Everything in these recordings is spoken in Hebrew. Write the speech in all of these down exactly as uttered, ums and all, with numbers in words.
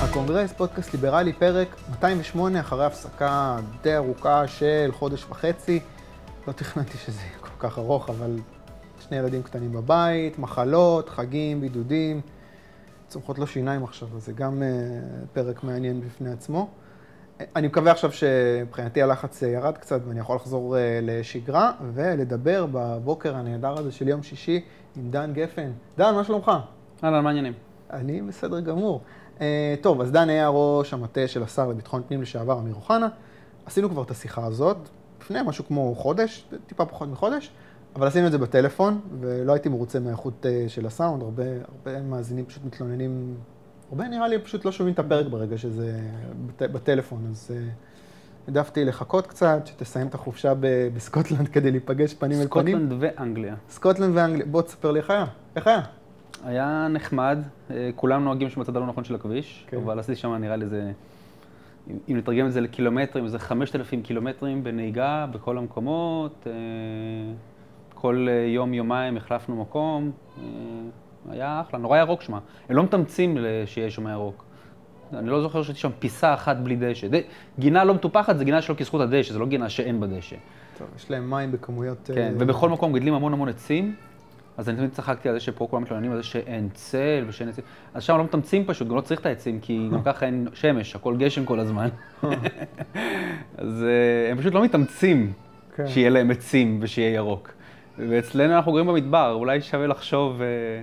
הקונגרס, פודקאסט ליברלי, פרק מאתיים ושמונה, אחרי הפסקה די ארוכה של חודש וחצי. לא תכננתי שזה יהיה כל כך ארוך, אבל שני ילדים קטנים בבית, מחלות, חגים, בידודים, צומחות לו שיניים עכשיו, אז זה גם uh, פרק מעניין בפני עצמו. אני מקווה עכשיו שבחינתי הלחץ ירד קצת ואני יכול לחזור uh, לשגרה ולדבר בבוקר הנהדר הזה של יום שישי עם דן גפן. דן, מה שלומך? אהלן, מה העניינים? אני בסדר גמור. Uh, טוב, אז דן היה ראש המטה של השר לביטחון פנים לשעבר, אמיר אוחנה. עשינו כבר את השיחה הזאת, לפני משהו כמו חודש, טיפה פחות מחודש, אבל עשינו את זה בטלפון, ולא הייתי מרוצה מהאיכות uh, של הסאונד. הרבה, הרבה מאזינים פשוט מתלוננים, הרבה נראה לי פשוט לא שומעים את הפרק ברגע שזה בת, בטלפון, אז uh, העדפתי לחכות קצת, שתסיים את החופשה ב- בסקוטלנד כדי להיפגש פנים אל פנים. סקוטלנד ואנגליה. סקוטלנד ואנגליה. בוא תספר לי איך היה. איך היה? היה נחמד, כולם נוהגים שם בצד הלא נכון של הכביש, כן. אבל עשיתי שם נראה לי זה, אם נתרגם את זה לקילומטרים, זה חמשת אלפים קילומטרים בנהיגה בכל המקומות, כל יום יומיים החלפנו מקום, היה אחלה, נורא ירוק שמה. הם לא מתאמצים שיש שם ירוק. אני לא זוכר שהייתי שם פיסה אחת בלי דשא. גינה לא מטופחת, זה גינה שלא כזכות הדשא, זה לא גינה שאין בדשא. טוב, יש להם מים בכמויות... כן, ובכל מקום גדלים המון המון עצים. אז אני תמיד צחקתי על זה שפה כולם מתלוננים על זה שאין צל ושאין עצים. אז שם לא מתאמצים פשוט, גם לא צריך את העצים, כי גם ככה אין שמש, הכל גשם כל הזמן. אז הם פשוט לא מתאמצים שיהיה להם עצים ושיהיה ירוק. ואצלנו אנחנו גרים במדבר, אולי שווה לחשוב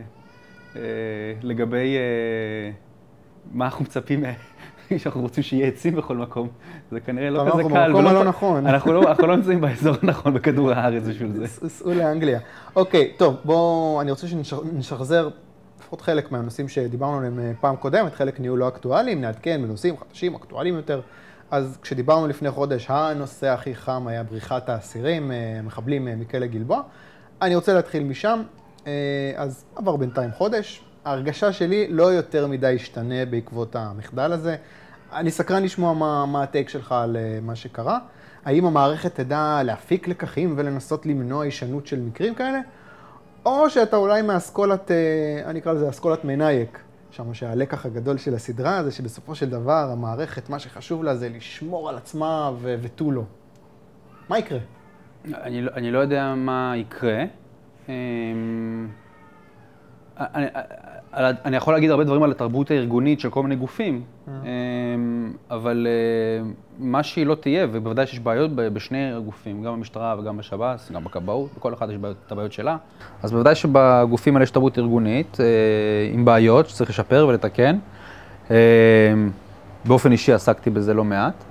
לגבי מה אנחנו מצפים שאנחנו רוצים שיהיה עצים בכל מקום. זה כנראה לא כזה קל. אנחנו במקום הלא נכון. אנחנו לא נמצאים באזור הנכון בכדור הארץ בשביל זה. סעו לאנגליה. אוקיי, טוב, בואו, אני רוצה שנשחזר לפחות חלק מהנושאים שדיברנו עליהם פעם קודמת, חלק נהיו לא אקטואליים, נעדכן בנושאים חדשים, אקטואליים יותר. אז כשדיברנו לפני חודש, הנושא הכי חם היה בריחת האסירים, מחבלים מכלא גלבוע. אני רוצה להתחיל משם, אז עבר בינתיים חודש. ההרגשה שלי לא יותר מדי השתנה בעקבות המחדל הזה. אני סקרן לשמוע מה, מה הטייק שלך על מה שקרה. האם המערכת תדע להפיק לקחים ולנסות למנוע הישנות של מקרים כאלה? או שאתה אולי מאסכולת, אני אקרא לזה אסכולת מנייק, שם שהלקח הגדול של הסדרה זה שבסופו של דבר המערכת, מה שחשוב לה זה לשמור על עצמה ו- ותו לא. מה יקרה? אני, אני לא יודע מה יקרה. אני, אני יכול להגיד הרבה דברים על התרבות הארגונית של כל מיני גופים, אבל מה שהיא לא תהיה, ובוודאי שיש בעיות בשני גופים, גם במשטרה וגם בשב"ס, גם בכבאות, בכל אחד יש את הבעיות שלה. אז בוודאי שבגופים האלה יש תרבות ארגונית עם בעיות שצריך לשפר ולתקן. באופן אישי עסקתי בזה לא מעט.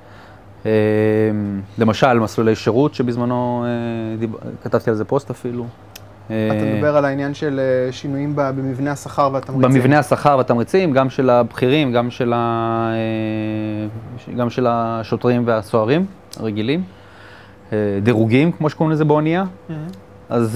למשל, מסלולי שירות שבזמנו כתבתי על זה פוסט אפילו. אתה מדבר על העניין של שינויים במבנה השכר והתמריצים. במבנה השכר והתמריצים, גם של הבכירים, גם של, ה... גם של השוטרים והסוהרים הרגילים. דירוגים, כמו שקוראים לזה באונייה. Mm-hmm. אז,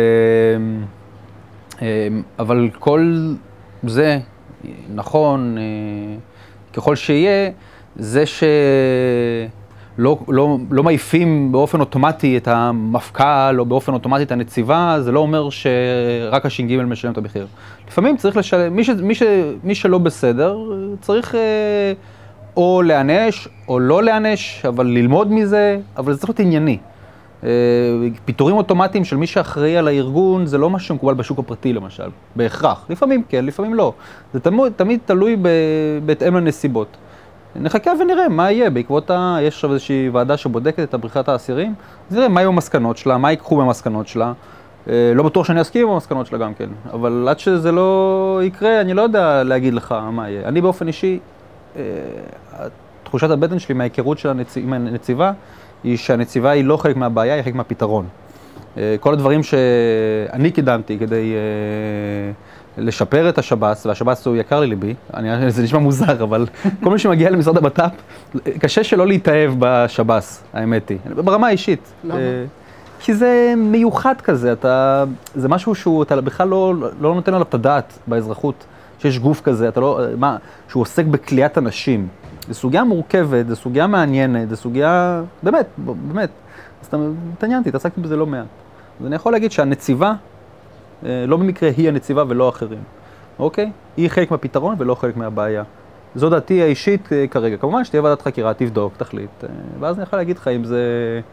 אבל כל זה נכון, ככל שיהיה, זה ש... לא, לא, לא מעיפים באופן אוטומטי את המפכ"ל או באופן אוטומטי את הנציבה, זה לא אומר שרק הש"ג משלם את המחיר. לפעמים צריך לשלם, מי, ש, מי, ש, מי שלא בסדר צריך אה, או להענש או לא להענש, אבל ללמוד מזה, אבל זה צריך להיות ענייני. אה, פיטורים אוטומטיים של מי שאחראי על הארגון, זה לא משהו שמקובל בשוק הפרטי למשל, בהכרח. לפעמים כן, לפעמים לא. זה תמיד, תמיד תלוי ב, בהתאם לנסיבות. נחכה ונראה מה יהיה, בעקבות ה... יש עכשיו איזושהי ועדה שבודקת את הבריחת האסירים, אז נראה מה יהיו המסקנות שלה, מה ייקחו במסקנות שלה. לא בטוח שאני אסכים במסקנות שלה גם כן, אבל עד שזה לא יקרה, אני לא יודע להגיד לך מה יהיה. אני באופן אישי, תחושת הבטן שלי מההיכרות של הנצ... עם הנציבה, היא שהנציבה היא לא חלק מהבעיה, היא חלק מהפתרון. כל הדברים שאני קידמתי כדי לשפר את השב"ס, והשב"ס הוא יקר לליבי, אני, זה נשמע מוזר, אבל כל מי שמגיע למשרד הבט"פ, קשה שלא להתאהב בשב"ס, האמת היא, ברמה האישית. למה? כי זה מיוחד כזה, אתה, זה משהו שהוא, אתה בכלל לא, לא נותן עליו את הדעת באזרחות, שיש גוף כזה, אתה לא, מה, שהוא עוסק בכליית אנשים. זו סוגיה מורכבת, זו סוגיה מעניינת, זו סוגיה, באמת, באמת. אז התעניינתי, התעסקתי בזה לא מעט. אז אני יכול להגיד שהנציבה, לא במקרה היא הנציבה ולא אחרים, אוקיי? היא חלק מהפתרון ולא חלק מהבעיה. זו דעתי האישית כרגע. כמובן שתהיה ועדת חקירה, תבדוק, תחליט, ואז אני יכול להגיד לך אם זה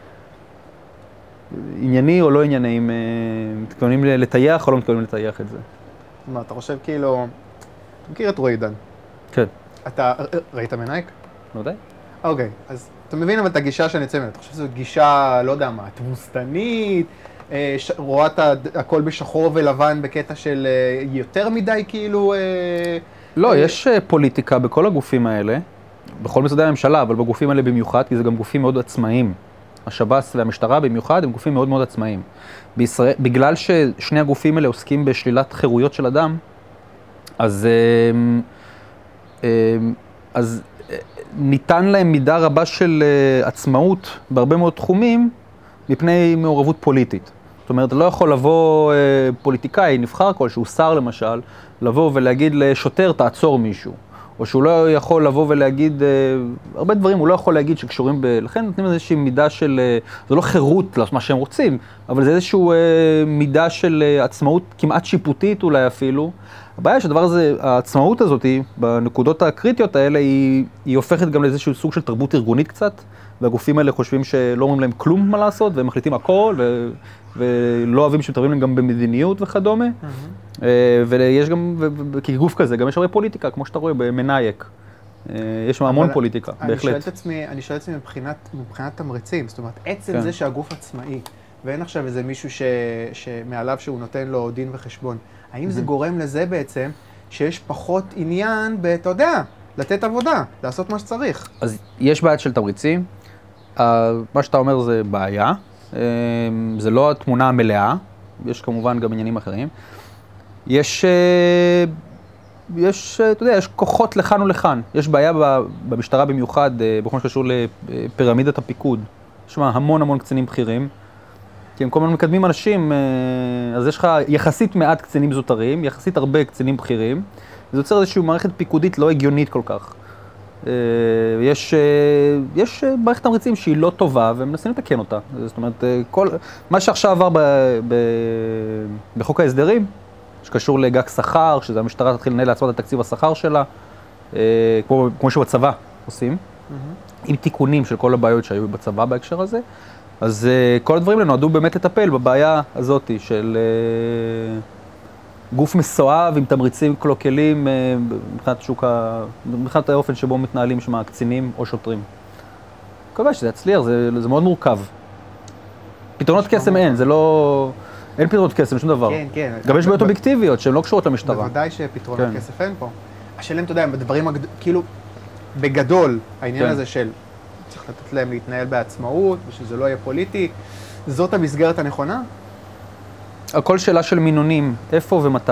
ענייני או לא ענייני, אם מתכוונים לטייח או לא מתכוונים לטייח את זה. מה, אתה חושב כאילו... אתה מכיר את רועי עידן? כן. אתה ראית מנייק? ודאי. אוקיי, אז אתה מבין אבל את הגישה שאני יוצא ממנה. אתה חושב שזו גישה, לא יודע מה, תבוסתנית, ש... רואה את הכל בשחור ולבן בקטע של יותר מדי כאילו... לא, יש פוליטיקה בכל הגופים האלה, בכל משרדי הממשלה, אבל בגופים האלה במיוחד, כי זה גם גופים מאוד עצמאיים. השב"ס והמשטרה במיוחד הם גופים מאוד מאוד עצמאיים. בישראל, בגלל ששני הגופים האלה עוסקים בשלילת חירויות של אדם, אז, אז ניתן להם מידה רבה של עצמאות בהרבה מאוד תחומים מפני מעורבות פוליטית. זאת אומרת, אתה לא יכול לבוא פוליטיקאי, נבחר כלשהו, שר למשל, לבוא ולהגיד לשוטר תעצור מישהו. או שהוא לא יכול לבוא ולהגיד, הרבה דברים הוא לא יכול להגיד שקשורים ב... לכן נותנים איזושהי מידה של, זה לא חירות למה שהם רוצים, אבל זה איזושהי מידה של עצמאות כמעט שיפוטית אולי אפילו. הבעיה שהדבר הזה, העצמאות הזאת, בנקודות הקריטיות האלה, היא, היא הופכת גם לאיזשהו סוג של תרבות ארגונית קצת, והגופים האלה חושבים שלא אומרים להם כלום מה לעשות, והם מחליטים הכל, ו... ולא אוהבים שמתערבים להם גם במדיניות וכדומה. Mm-hmm. ויש גם, כגוף כזה, גם יש הרבה פוליטיקה, כמו שאתה רואה במנייק. יש המון פוליטיקה, אני בהחלט. שואל את עצמי, אני שואל את עצמי מבחינת, מבחינת תמריצים, זאת אומרת, עצם כן. זה שהגוף עצמאי, ואין עכשיו איזה מישהו ש, שמעליו שהוא נותן לו דין וחשבון, האם mm-hmm. זה גורם לזה בעצם שיש פחות עניין, אתה יודע, לתת עבודה, לעשות מה שצריך? אז יש בעיה של תמריצים. מה שאתה אומר זה בעיה. זה לא התמונה המלאה, יש כמובן גם עניינים אחרים. יש, יש, אתה יודע, יש כוחות לכאן ולכאן. יש בעיה במשטרה במיוחד, בכל מה שקשור לפירמידת הפיקוד. יש המון המון קצינים בכירים, כי הם כל הזמן מקדמים אנשים, אז יש לך יחסית מעט קצינים זוטרים, יחסית הרבה קצינים בכירים, וזה יוצר איזושהי מערכת פיקודית לא הגיונית כל כך. יש, יש מערכת תמריצים שהיא לא טובה, והם מנסים לתקן אותה. זאת אומרת, כל, מה שעכשיו עבר ב, ב, בחוק ההסדרים, שקשור לגג שכר, שזה המשטרה תתחיל לנהל לעצמה את התקציב השכר שלה, כמו, כמו שבצבא עושים, mm-hmm. עם תיקונים של כל הבעיות שהיו בצבא בהקשר הזה, אז כל הדברים האלה נועדו באמת לטפל בבעיה הזאת של גוף מסואב עם תמריצים קלוקלים מבחינת שוק ה... מבחינת האופן שבו מתנהלים שם קצינים או שוטרים. מקווה שזה יצליח, זה, זה מאוד מורכב. פתרונות קסם אין, זה לא... אין פתרונות קסם, שום דבר. כן, כן. גם יש בעיות אובייקטיביות שהן לא קשורות למשטרה. בוודאי שפתרונות כן. כסף אין פה. השאלה, אתה יודע, בדברים, הגד... כאילו, בגדול, העניין כן. הזה של צריך לתת להם להתנהל בעצמאות, ושזה לא יהיה פוליטי, זאת המסגרת הנכונה? הכל שאלה של מינונים, איפה ומתי.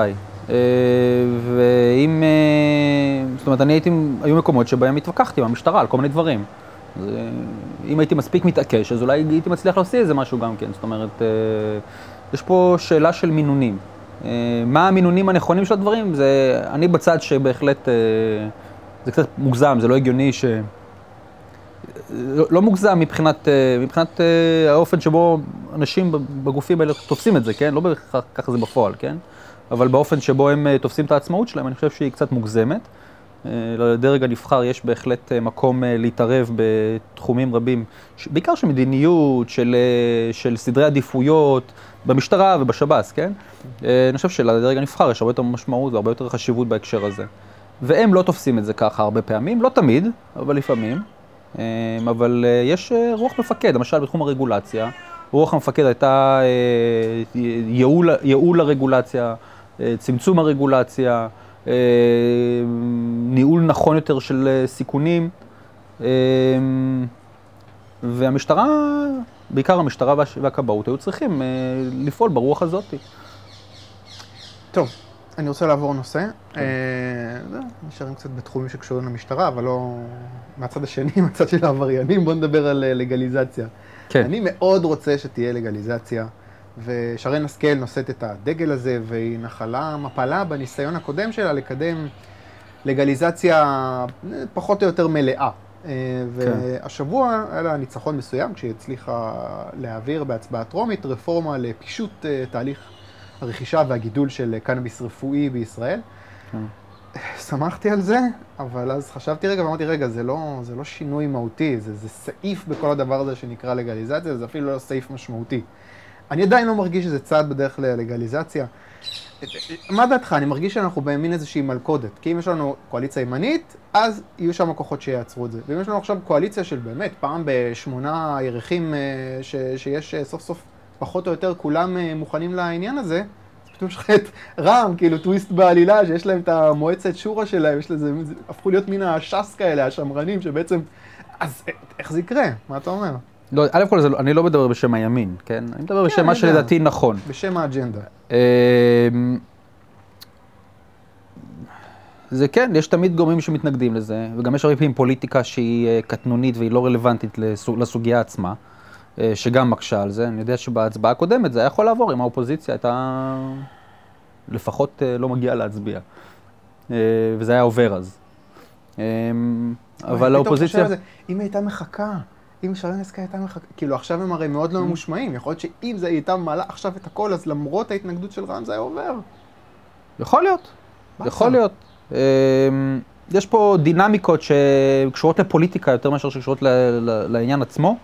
ואם, זאת אומרת, אני הייתי, היו מקומות שבהם התווכחתי עם המשטרה על כל מיני דברים. אם הייתי מספיק מתעקש, אז אולי הייתי מצליח להוציא איזה משהו גם כן. זאת אומרת, יש פה שאלה של מינונים. מה המינונים הנכונים של הדברים? זה, אני בצד שבהחלט, זה קצת מוגזם, זה לא הגיוני ש... לא, לא מוגזם מבחינת, מבחינת האופן שבו אנשים בגופים האלה תופסים את זה, כן? לא בהכרח ככה זה בפועל, כן? אבל באופן שבו הם תופסים את העצמאות שלהם, אני חושב שהיא קצת מוגזמת. לדרג הנבחר יש בהחלט מקום להתערב בתחומים רבים, בעיקר של מדיניות, של, של סדרי עדיפויות, במשטרה ובשב"ס, כן? אני חושב שלדרג הנבחר יש הרבה יותר משמעות והרבה יותר חשיבות בהקשר הזה. והם לא תופסים את זה ככה הרבה פעמים, לא תמיד, אבל לפעמים. אבל יש רוח מפקד, למשל בתחום הרגולציה, רוח המפקד הייתה ייעול, ייעול הרגולציה, צמצום הרגולציה, ניהול נכון יותר של סיכונים, והמשטרה, בעיקר המשטרה והכבאות, היו צריכים לפעול ברוח הזאת. טוב, אני רוצה לעבור נושא. נשארים קצת בתחומים שקשורים למשטרה, אבל לא מהצד השני, מהצד של העבריינים. בואו נדבר על לגליזציה. אני מאוד רוצה שתהיה לגליזציה, ושרן השכל נושאת את הדגל הזה, והיא נחלה מפלה בניסיון הקודם שלה לקדם לגליזציה פחות או יותר מלאה. והשבוע היה לה ניצחון מסוים, כשהיא הצליחה להעביר בהצבעה טרומית רפורמה לפישוט תהליך הרכישה והגידול של קנאביס רפואי בישראל. שמחתי על זה, אבל אז חשבתי רגע ואמרתי, רגע, זה לא, זה לא שינוי מהותי, זה, זה סעיף בכל הדבר הזה שנקרא לגליזציה, זה אפילו לא סעיף משמעותי. אני עדיין לא מרגיש שזה צעד בדרך ללגליזציה. מה דעתך? אני מרגיש שאנחנו במין איזושהי מלכודת. כי אם יש לנו קואליציה ימנית, אז יהיו שם כוחות שיעצרו את זה. ואם יש לנו עכשיו קואליציה של באמת, פעם בשמונה ירחים ש, שיש סוף סוף פחות או יותר כולם מוכנים לעניין הזה, אז פתאום יש לך את רע"מ, כאילו טוויסט בעלילה, שיש להם את המועצת שורה שלהם, יש לזה, הפכו להיות מין הש"ס כאלה, השמרנים, שבעצם, אז איך זה יקרה? מה אתה אומר? לא, א' כל, לא, אני לא מדבר בשם הימין, כן? אני מדבר בשם מה שלדעתי נכון. בשם האג'נדה. זה כן, יש תמיד גורמים שמתנגדים לזה, וגם יש הרבה פעמים פוליטיקה שהיא קטנונית והיא לא רלוונטית לסוגיה עצמה, שגם מקשה על זה. אני יודע שבהצבעה הקודמת זה היה יכול לעבור, אם האופוזיציה הייתה לפחות לא מגיעה להצביע. וזה היה עובר אז. אבל האופוזיציה... אם היא הייתה מחכה, אם שרן השכל הייתה מחכה, כאילו עכשיו הם הרי מאוד לא ממושמעים, יכול להיות שאם זה הייתה מעלה עכשיו את הכל, אז למרות ההתנגדות של רע"מ זה היה עובר. יכול להיות, יכול להיות. יש פה דינמיקות שקשורות לפוליטיקה יותר מאשר שקשורות לעניין עצמו.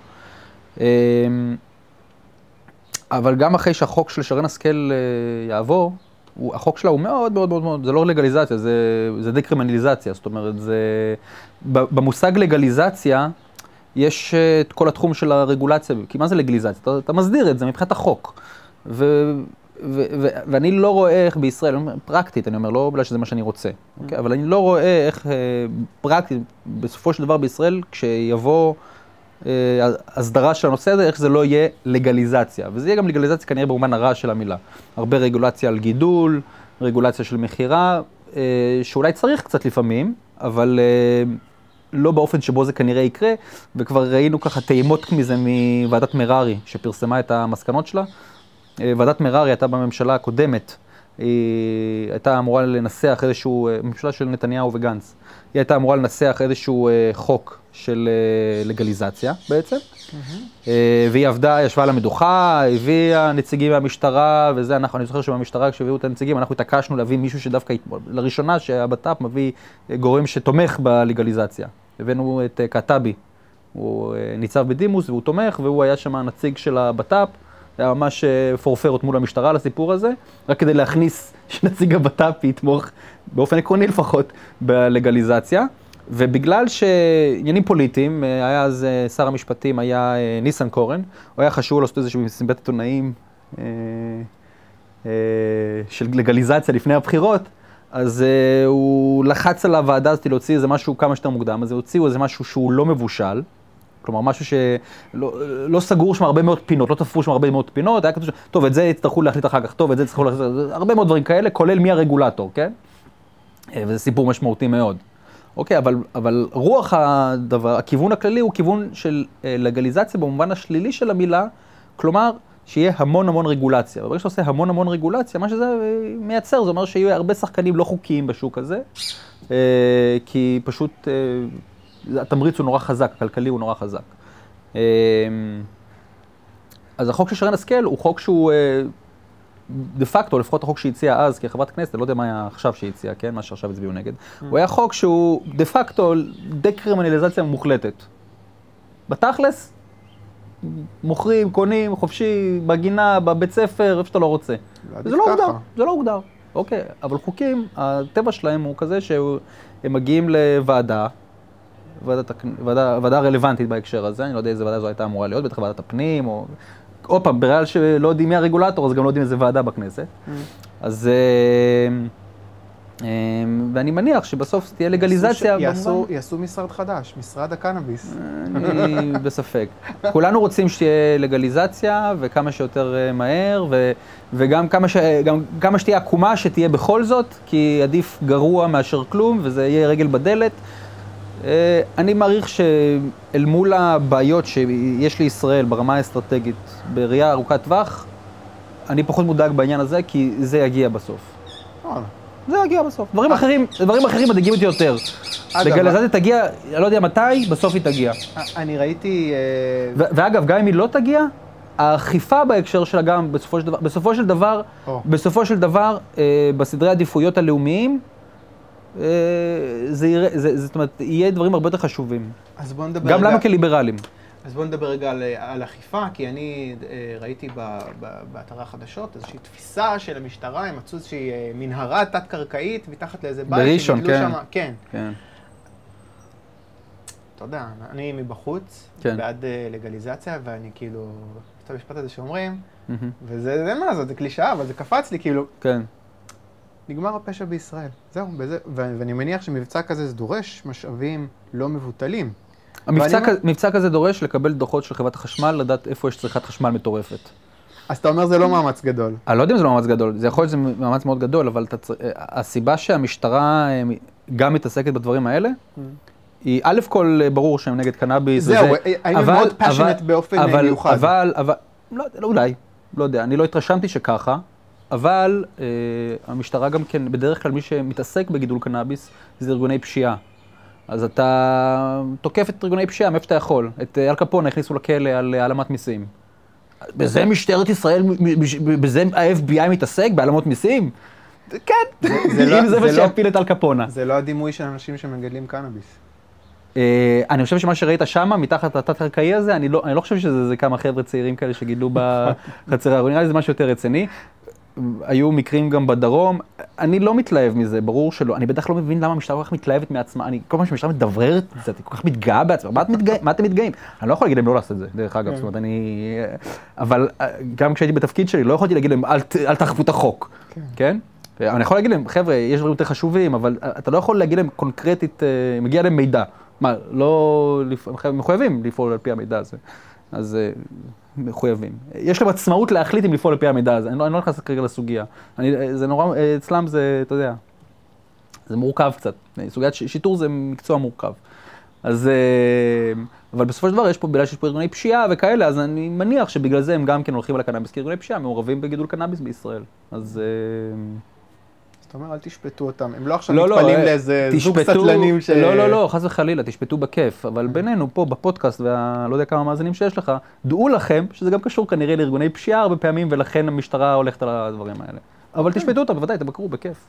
אבל גם אחרי שהחוק של שרן השכל יעבור, החוק שלה הוא מאוד מאוד מאוד מאוד, זה לא לגליזציה, זה דקרימינליזציה. זאת אומרת, זה, במושג לגליזציה יש את כל התחום של הרגולציה, כי מה זה לגליזציה? אתה, אתה מסדיר את זה מבחינת החוק. ו... ו- ו- ואני לא רואה איך בישראל, פרקטית, אני אומר, לא בגלל שזה מה שאני רוצה, okay? אבל אני לא רואה איך פרקטית, בסופו של דבר בישראל, כשיבוא הסדרה של הנושא הזה, איך זה לא יהיה לגליזציה. וזה יהיה גם לגליזציה כנראה במובן הרע של המילה. הרבה רגולציה על גידול, רגולציה של מחירה, שאולי צריך קצת לפעמים, אבל לא באופן שבו זה כנראה יקרה, וכבר ראינו ככה טעימות מזה מוועדת מררי, שפרסמה את המסקנות שלה. ועדת מררי הייתה בממשלה הקודמת, היא הייתה אמורה לנסח איזשהו, ממשלה של נתניהו וגנץ, היא הייתה אמורה לנסח איזשהו חוק של לגליזציה בעצם, mm-hmm. והיא עבדה, ישבה על המדוכה, הביאה נציגים מהמשטרה וזה, אנחנו, אני זוכר שבמשטרה כשהביאו את הנציגים, אנחנו התעקשנו להביא מישהו שדווקא, לראשונה שהבט"פ מביא גורם שתומך בלגליזציה. הבאנו את קטבי, הוא ניצב בדימוס והוא תומך, והוא היה שם הנציג של הבט"פ, היה ממש פורפרות מול המשטרה לסיפור הזה, רק כדי להכניס שנציג הבט"פ יתמוך באופן עקרוני לפחות בלגליזציה. ובגלל שעניינים פוליטיים, היה אז שר המשפטים, היה ניסנקורן, הוא היה חשוב לעשות איזשהו מסיבת עיתונאים של לגליזציה לפני הבחירות, אז הוא לחץ על הוועדה הזאת להוציא איזה משהו כמה שיותר מוקדם, אז הוציאו איזה משהו שהוא לא מבושל, כלומר, משהו שלא לא סגור שם הרבה מאוד פינות, לא תפרו שם הרבה מאוד פינות, היה כתוב ש... טוב, את זה יצטרכו להחליט אחר כך, טוב, את זה יצטרכו להחליט, הרבה מאוד דברים כאלה, כולל מי הרגולטור, כן? וזה סיפור משמעותי מאוד. אוקיי, אבל, אבל רוח הדבר, הכיוון הכללי הוא כיוון של לגליזציה במובן השלילי של המילה, כלומר, שיהיה המון המון רגולציה. וברגע שאתה עושה המון המון רגולציה, מה שזה מייצר, זה אומר שיהיו הרבה שחקנים לא חוקיים בשוק הזה, כי פשוט... התמריץ הוא נורא חזק, הכלכלי הוא נורא חזק. אז החוק של שרן השכל הוא חוק שהוא דה פקטו, לפחות החוק שהציע אז כחברת כנסת, אני לא יודע מה היה עכשיו שהציע, כן? מה שעכשיו הצביעו נגד. הוא היה חוק שהוא דה פקטו דקרימינליזציה מוחלטת. בתכלס, מוכרים, קונים, חופשי, בגינה, בבית ספר, איפה שאתה לא רוצה. זה לא הוגדר, זה לא הוגדר. אוקיי, אבל חוקים, הטבע שלהם הוא כזה שהם מגיעים לוועדה, ועדה, ועדה רלוונטית בהקשר הזה, אני לא יודע איזה ועדה זו הייתה אמורה להיות, בטח ועדת הפנים, או... עוד פעם, בגלל שלא יודעים מי הרגולטור, אז גם לא יודעים איזה ועדה בכנסת. אז... ואני מניח שבסוף תהיה לגליזציה... יעשו משרד חדש, משרד הקנאביס. אני בספק. כולנו רוצים שתהיה לגליזציה, וכמה שיותר מהר, וגם כמה שתהיה עקומה שתהיה בכל זאת, כי עדיף גרוע מאשר כלום, וזה יהיה רגל בדלת. אני מעריך שאל מול הבעיות שיש לישראל ברמה האסטרטגית, בראייה ארוכת טווח, אני פחות מודאג בעניין הזה, כי זה יגיע בסוף. זה יגיע בסוף. דברים אחרים, דברים אחרים מדאיגים אותי יותר. לגליזציה תגיע, אני לא יודע מתי, בסוף היא תגיע. אני ראיתי... ואגב, גם אם היא לא תגיע, האכיפה בהקשר שלה גם בסופו של דבר, בסופו של דבר, בסופו של דבר, בסדרי העדיפויות הלאומיים, זה יראה, זה, זאת אומרת, יהיה דברים הרבה יותר חשובים. אז בוא נדבר גם רגע... למה כליברלים. אז בואו נדבר רגע על, על אכיפה, כי אני ראיתי ב, ב, באתרי החדשות איזושהי תפיסה של המשטרה, הם מצאו איזושהי מנהרה תת-קרקעית מתחת לאיזה בית. בראשון, כן. שמה, כן. כן. אתה יודע, אני מבחוץ, כן. בעד לגליזציה, ואני כאילו, את המשפט הזה שאומרים, mm-hmm. וזה, זה מה, זה קלישאה, אבל זה קפץ לי, כאילו, כן. נגמר הפשע בישראל. זהו, בזה, ו- ואני מניח שמבצע כזה זה דורש משאבים לא מבוטלים. המבצע כ... מבצע כזה דורש לקבל דוחות של חברת החשמל, לדעת איפה יש צריכת חשמל מטורפת. אז אתה אומר זה לא מאמץ גדול. אני לא יודע אם זה לא מאמץ גדול, זה יכול להיות שזה מאמץ מאוד גדול, אבל תצ... הסיבה שהמשטרה גם מתעסקת בדברים האלה, mm. היא א' כל ברור שהם נגד קנאביס. זהו, היינו מאוד פאשונט באופן אבל, מיוחד. אבל, אבל, לא, אולי, לא יודע, אני לא התרשמתי שככה, אבל אה, המשטרה גם כן, בדרך כלל מי שמתעסק בגידול קנאביס זה ארגוני פשיעה. אז אתה תוקף את ארגוני פשיעה, מאיפה שאתה יכול. את אל קפונה הכניסו לכלא על העלמת מיסים. בזה משטרת ישראל, בזה ה-אף בי איי מתעסק, בהעלמות מיסים? כן, אם זה מה שיפיל את אל קפונה. זה לא הדימוי של אנשים שמגדלים קנאביס. אני חושב שמה שראית שמה, מתחת התת-קרקעי הזה, אני לא חושב שזה כמה חבר'ה צעירים כאלה שגידלו בחצר הארגון, נראה לי זה משהו יותר רציני. היו מקרים גם בדרום, אני לא מתלהב מזה, ברור שלא, אני בטח לא מבין למה המשטרה כל כך מתלהבת מעצמה, אני כל פעם שהמשטרה מדבררת, אני כל כך מתגאה בעצמה, מה, מה אתם מתגאים? אני לא יכול להגיד להם לא לעשות את זה, דרך אגב, זאת אומרת, אני... אבל גם כשהייתי בתפקיד שלי, לא יכולתי להגיד להם, אל, אל תאכפו את החוק, כן? אני יכול להגיד להם, חבר'ה, יש דברים יותר חשובים, אבל אתה לא יכול להגיד להם קונקרטית, מגיע להם מידע, מה, לא... מחויבים לפעול על פי המידע הזה, אז... מחויבים. יש להם עצמאות להחליט אם לפעול לפי המידע הזה, אני לא, אני לא נכנס כרגע לסוגיה. אני, זה נורא, אצלם זה, אתה יודע, זה מורכב קצת. סוגיית שיטור זה מקצוע מורכב. אז, אבל בסופו של דבר יש פה, בגלל שיש פה ארגוני פשיעה וכאלה, אז אני מניח שבגלל זה הם גם כן הולכים על הקנאביס, כי ארגוני פשיעה מעורבים בגידול קנאביס בישראל. אז... זאת אומרת, אל תשפטו אותם. הם לא עכשיו לא, מתפלים לא, לאיזה תשפטו, זוג סטלנים ש... לא, לא, לא, חס וחלילה, תשפטו בכיף. אבל בינינו פה בפודקאסט, ולא יודע כמה מאזינים שיש לך, דעו לכם שזה גם קשור כנראה לארגוני פשיעה הרבה פעמים, ולכן המשטרה הולכת על הדברים האלה. אבל תשפטו אותם, בוודאי, תבקרו בכיף.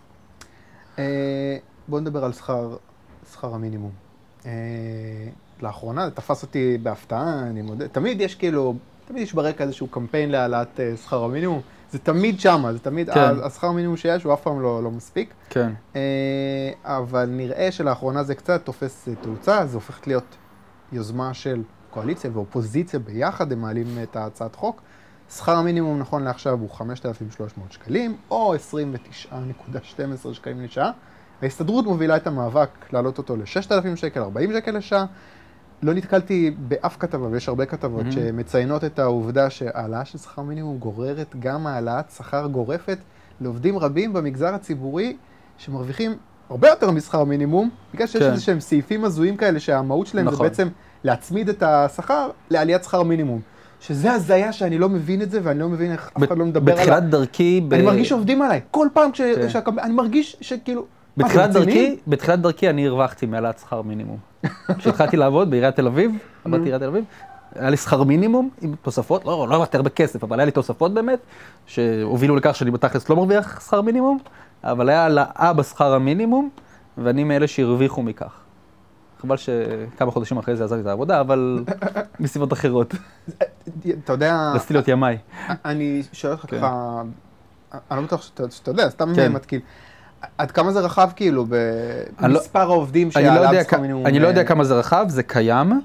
בואו נדבר על שכר, שכר המינימום. לאחרונה, זה תפס אותי בהפתעה, אני מודה. תמיד יש כאילו, תמיד יש ברקע איזשהו קמפיין להעלאת שכר המינימום. זה תמיד שמה, זה תמיד, כן. השכר מינימום שיש הוא אף פעם לא, לא מספיק. כן. אבל נראה שלאחרונה זה קצת תופס תאוצה, זה הופכת להיות יוזמה של קואליציה ואופוזיציה ביחד, הם מעלים את הצעת חוק. שכר המינימום נכון לעכשיו הוא חמשת אלפים ושלוש מאות שקלים, או עשרים ותשע נקודה שתים עשרה שקלים לשעה. ההסתדרות מובילה את המאבק להעלות אותו ל-ששת אלפים שקל, ארבעים שקל לשעה. לא נתקלתי באף כתבה, ויש הרבה כתבות mm-hmm. שמציינות את העובדה שהעלאה של שכר מינימום גוררת גם העלאת שכר גורפת לעובדים רבים במגזר הציבורי שמרוויחים הרבה יותר משכר מינימום, בגלל שיש כן. איזה שהם סעיפים הזויים כאלה שהמהות שלהם נכון. זה בעצם להצמיד את השכר לעליית שכר מינימום. שזה הזיה שאני לא מבין את זה, ואני לא מבין איך אף אחד לא מדבר עליו. בתחילת דרכי... אני ב... מרגיש שעובדים עליי. כל פעם כש... כן. שהקב... אני מרגיש שכאילו... בתחילת דרכי, בתחילת דרכי אני הרווחתי מעלת שכר מינימום. כשהתחלתי לעבוד בעיריית תל אביב, עבדתי בעיריית תל אביב, היה לי שכר מינימום עם תוספות, לא, לא יותר בכסף, אבל היה לי תוספות באמת, שהובילו לכך שאני בתכלס לא מרוויח שכר מינימום, אבל היה העלאה בשכר המינימום, ואני מאלה שהרוויחו מכך. חבל שכמה חודשים אחרי זה עזבתי את העבודה, אבל מסיבות אחרות. אתה יודע... רציתי להיות ימי. אני שואל אותך ככה, אני לא בטוח שאתה יודע, סתם מתקיל. עד כמה זה רחב כאילו במספר העובדים שעליו שכר מינימום? אני לא יודע כמה זה רחב, זה קיים.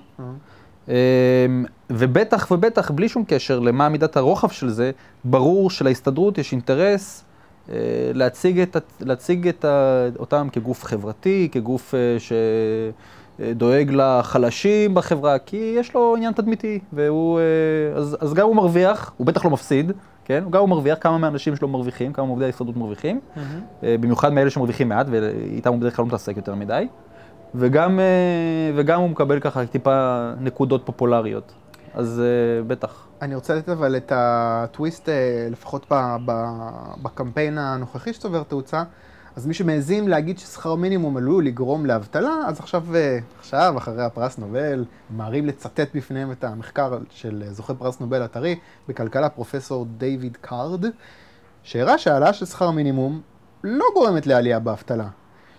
ובטח ובטח, בלי שום קשר למה מידת הרוחב של זה, ברור שלהסתדרות יש אינטרס להציג את, להציג את אותם כגוף חברתי, כגוף שדואג לחלשים בחברה, כי יש לו עניין תדמיתי, והוא, אז, אז גם הוא מרוויח, הוא בטח לא מפסיד, כן? גם הוא מרוויח, כמה מהאנשים שלו מרוויחים, כמה מעובדי ההסתדרות מרוויחים, mm-hmm. במיוחד מאלה שמרוויחים מעט, ואיתם הוא בדרך כלל לא מתעסק יותר מדי, וגם, וגם הוא מקבל ככה טיפה נקודות פופולריות. אז בטח. אני רוצה לתת אבל את הטוויסט, לפחות בקמפיין הנוכחי שצובר תאוצה, אז מי שמעזים להגיד ששכר מינימום עלול לגרום לאבטלה, אז עכשיו, עכשיו אחרי הפרס נובל, מערים לצטט בפניהם את המחקר של זוכה פרס נובל הטרי בכלכלה, פרופסור דיוויד קארד, שהראה שהעלאה של שכר מינימום לא גורמת לעלייה באבטלה.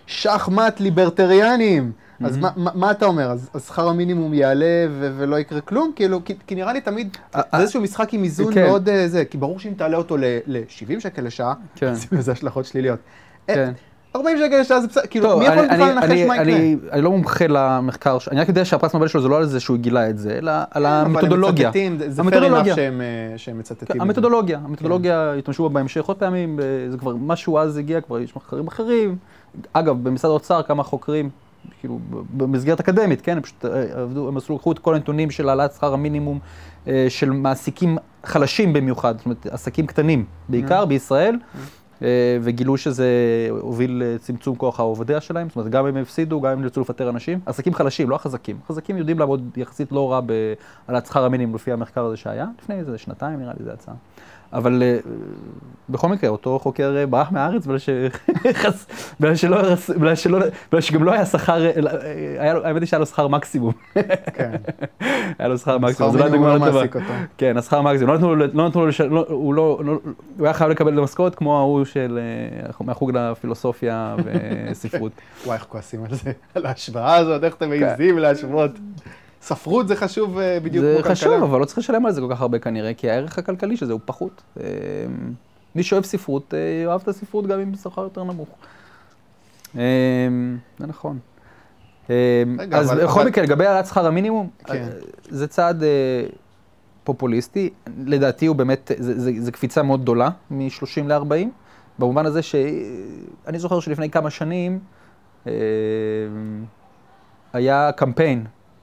שחמט ליברטריאנים. אז מה, מה, מה אתה אומר? אז, אז שכר המינימום יעלה ו- ולא יקרה כלום? כאילו, כי, כי נראה לי תמיד, זה איזשהו משחק עם איזון כן. מאוד זה, כי ברור שאם תעלה אותו ל-שבעים שקל לשעה, כן. אז זה השלכות שליליות. כן. ארבעים שקל לשעה זה בסדר, כאילו, טוב, מי יכול אני- בכלל אני- לנחש אני- מה יקרה? אני אני לא מומחה למחקר, ש- אני רק יודע שהפרס נובל שלו זה לא על זה שהוא גילה את זה, אלא על אבל הם המתודולוגיה. מצטטים, זה- זה fair המתודולוגיה. enough שהם, אה, שהם מצטטים. את זה. המתודולוגיה, המתודולוגיה התמשו בה בהמשך עוד פעמים, זה כבר משהו אז הגיע, כבר יש מחקרים אחרים. אגב, במשרד האוצר כמה חוקרים, כאילו, במסגרת אקדמית, כן, הם פשוט עבדו, הם עשו, לקחו את כל הנתונים של העלאת שכר המינימום אה, של מעסיקים חלשים במיוחד, זאת אומרת, עסקים קטנים, בעיקר בישראל, אה, וגילו שזה הוביל לצמצום כוח העובדיה שלהם, זאת אומרת, גם הם הפסידו, גם הם ירצו לפטר אנשים. עסקים חלשים, לא החזקים. חזקים יודעים לעבוד יחסית לא רע בהעלאת שכר המינימום לפי המחקר הזה שהיה, לפני איזה שנתיים נראה לי זה הצעה. אבל uh, בכל מקרה, אותו חוקר uh, ברח מהארץ, בגלל ש... בגלל שלא, בגלל שלא, בגלל שגם לא היה שכר, היה לו, האמת היא שהיה לו שכר מקסימום. כן. היה לו שכר מקסימום, שכר מינימום לא מעסיק אותו. כן, השכר מקסימום, לא נתנו לו, לא נתנו לו, לא, הוא לא, לא, הוא היה חייב לקבל משכורת כמו ההוא של, מהחוג לפילוסופיה וספרות. וואי, איך כועסים על זה, על ההשוואה הזאת, איך אתם מעיזים להשוות. ספרות זה חשוב בדיוק כמו כלכלה. זה חשוב, אבל לא צריך לשלם על זה כל כך הרבה כנראה, כי הערך הכלכלי שזה הוא פחות. מי שאוהב ספרות, אוהב את הספרות גם עם שכר יותר נמוך. זה נכון. אז בכל מקרה, לגבי העלאת שכר המינימום, זה צעד פופוליסטי. לדעתי הוא באמת, זה קפיצה מאוד גדולה, מ-שלושים ל-ארבעים, במובן הזה שאני זוכר שלפני כמה שנים היה קמפיין,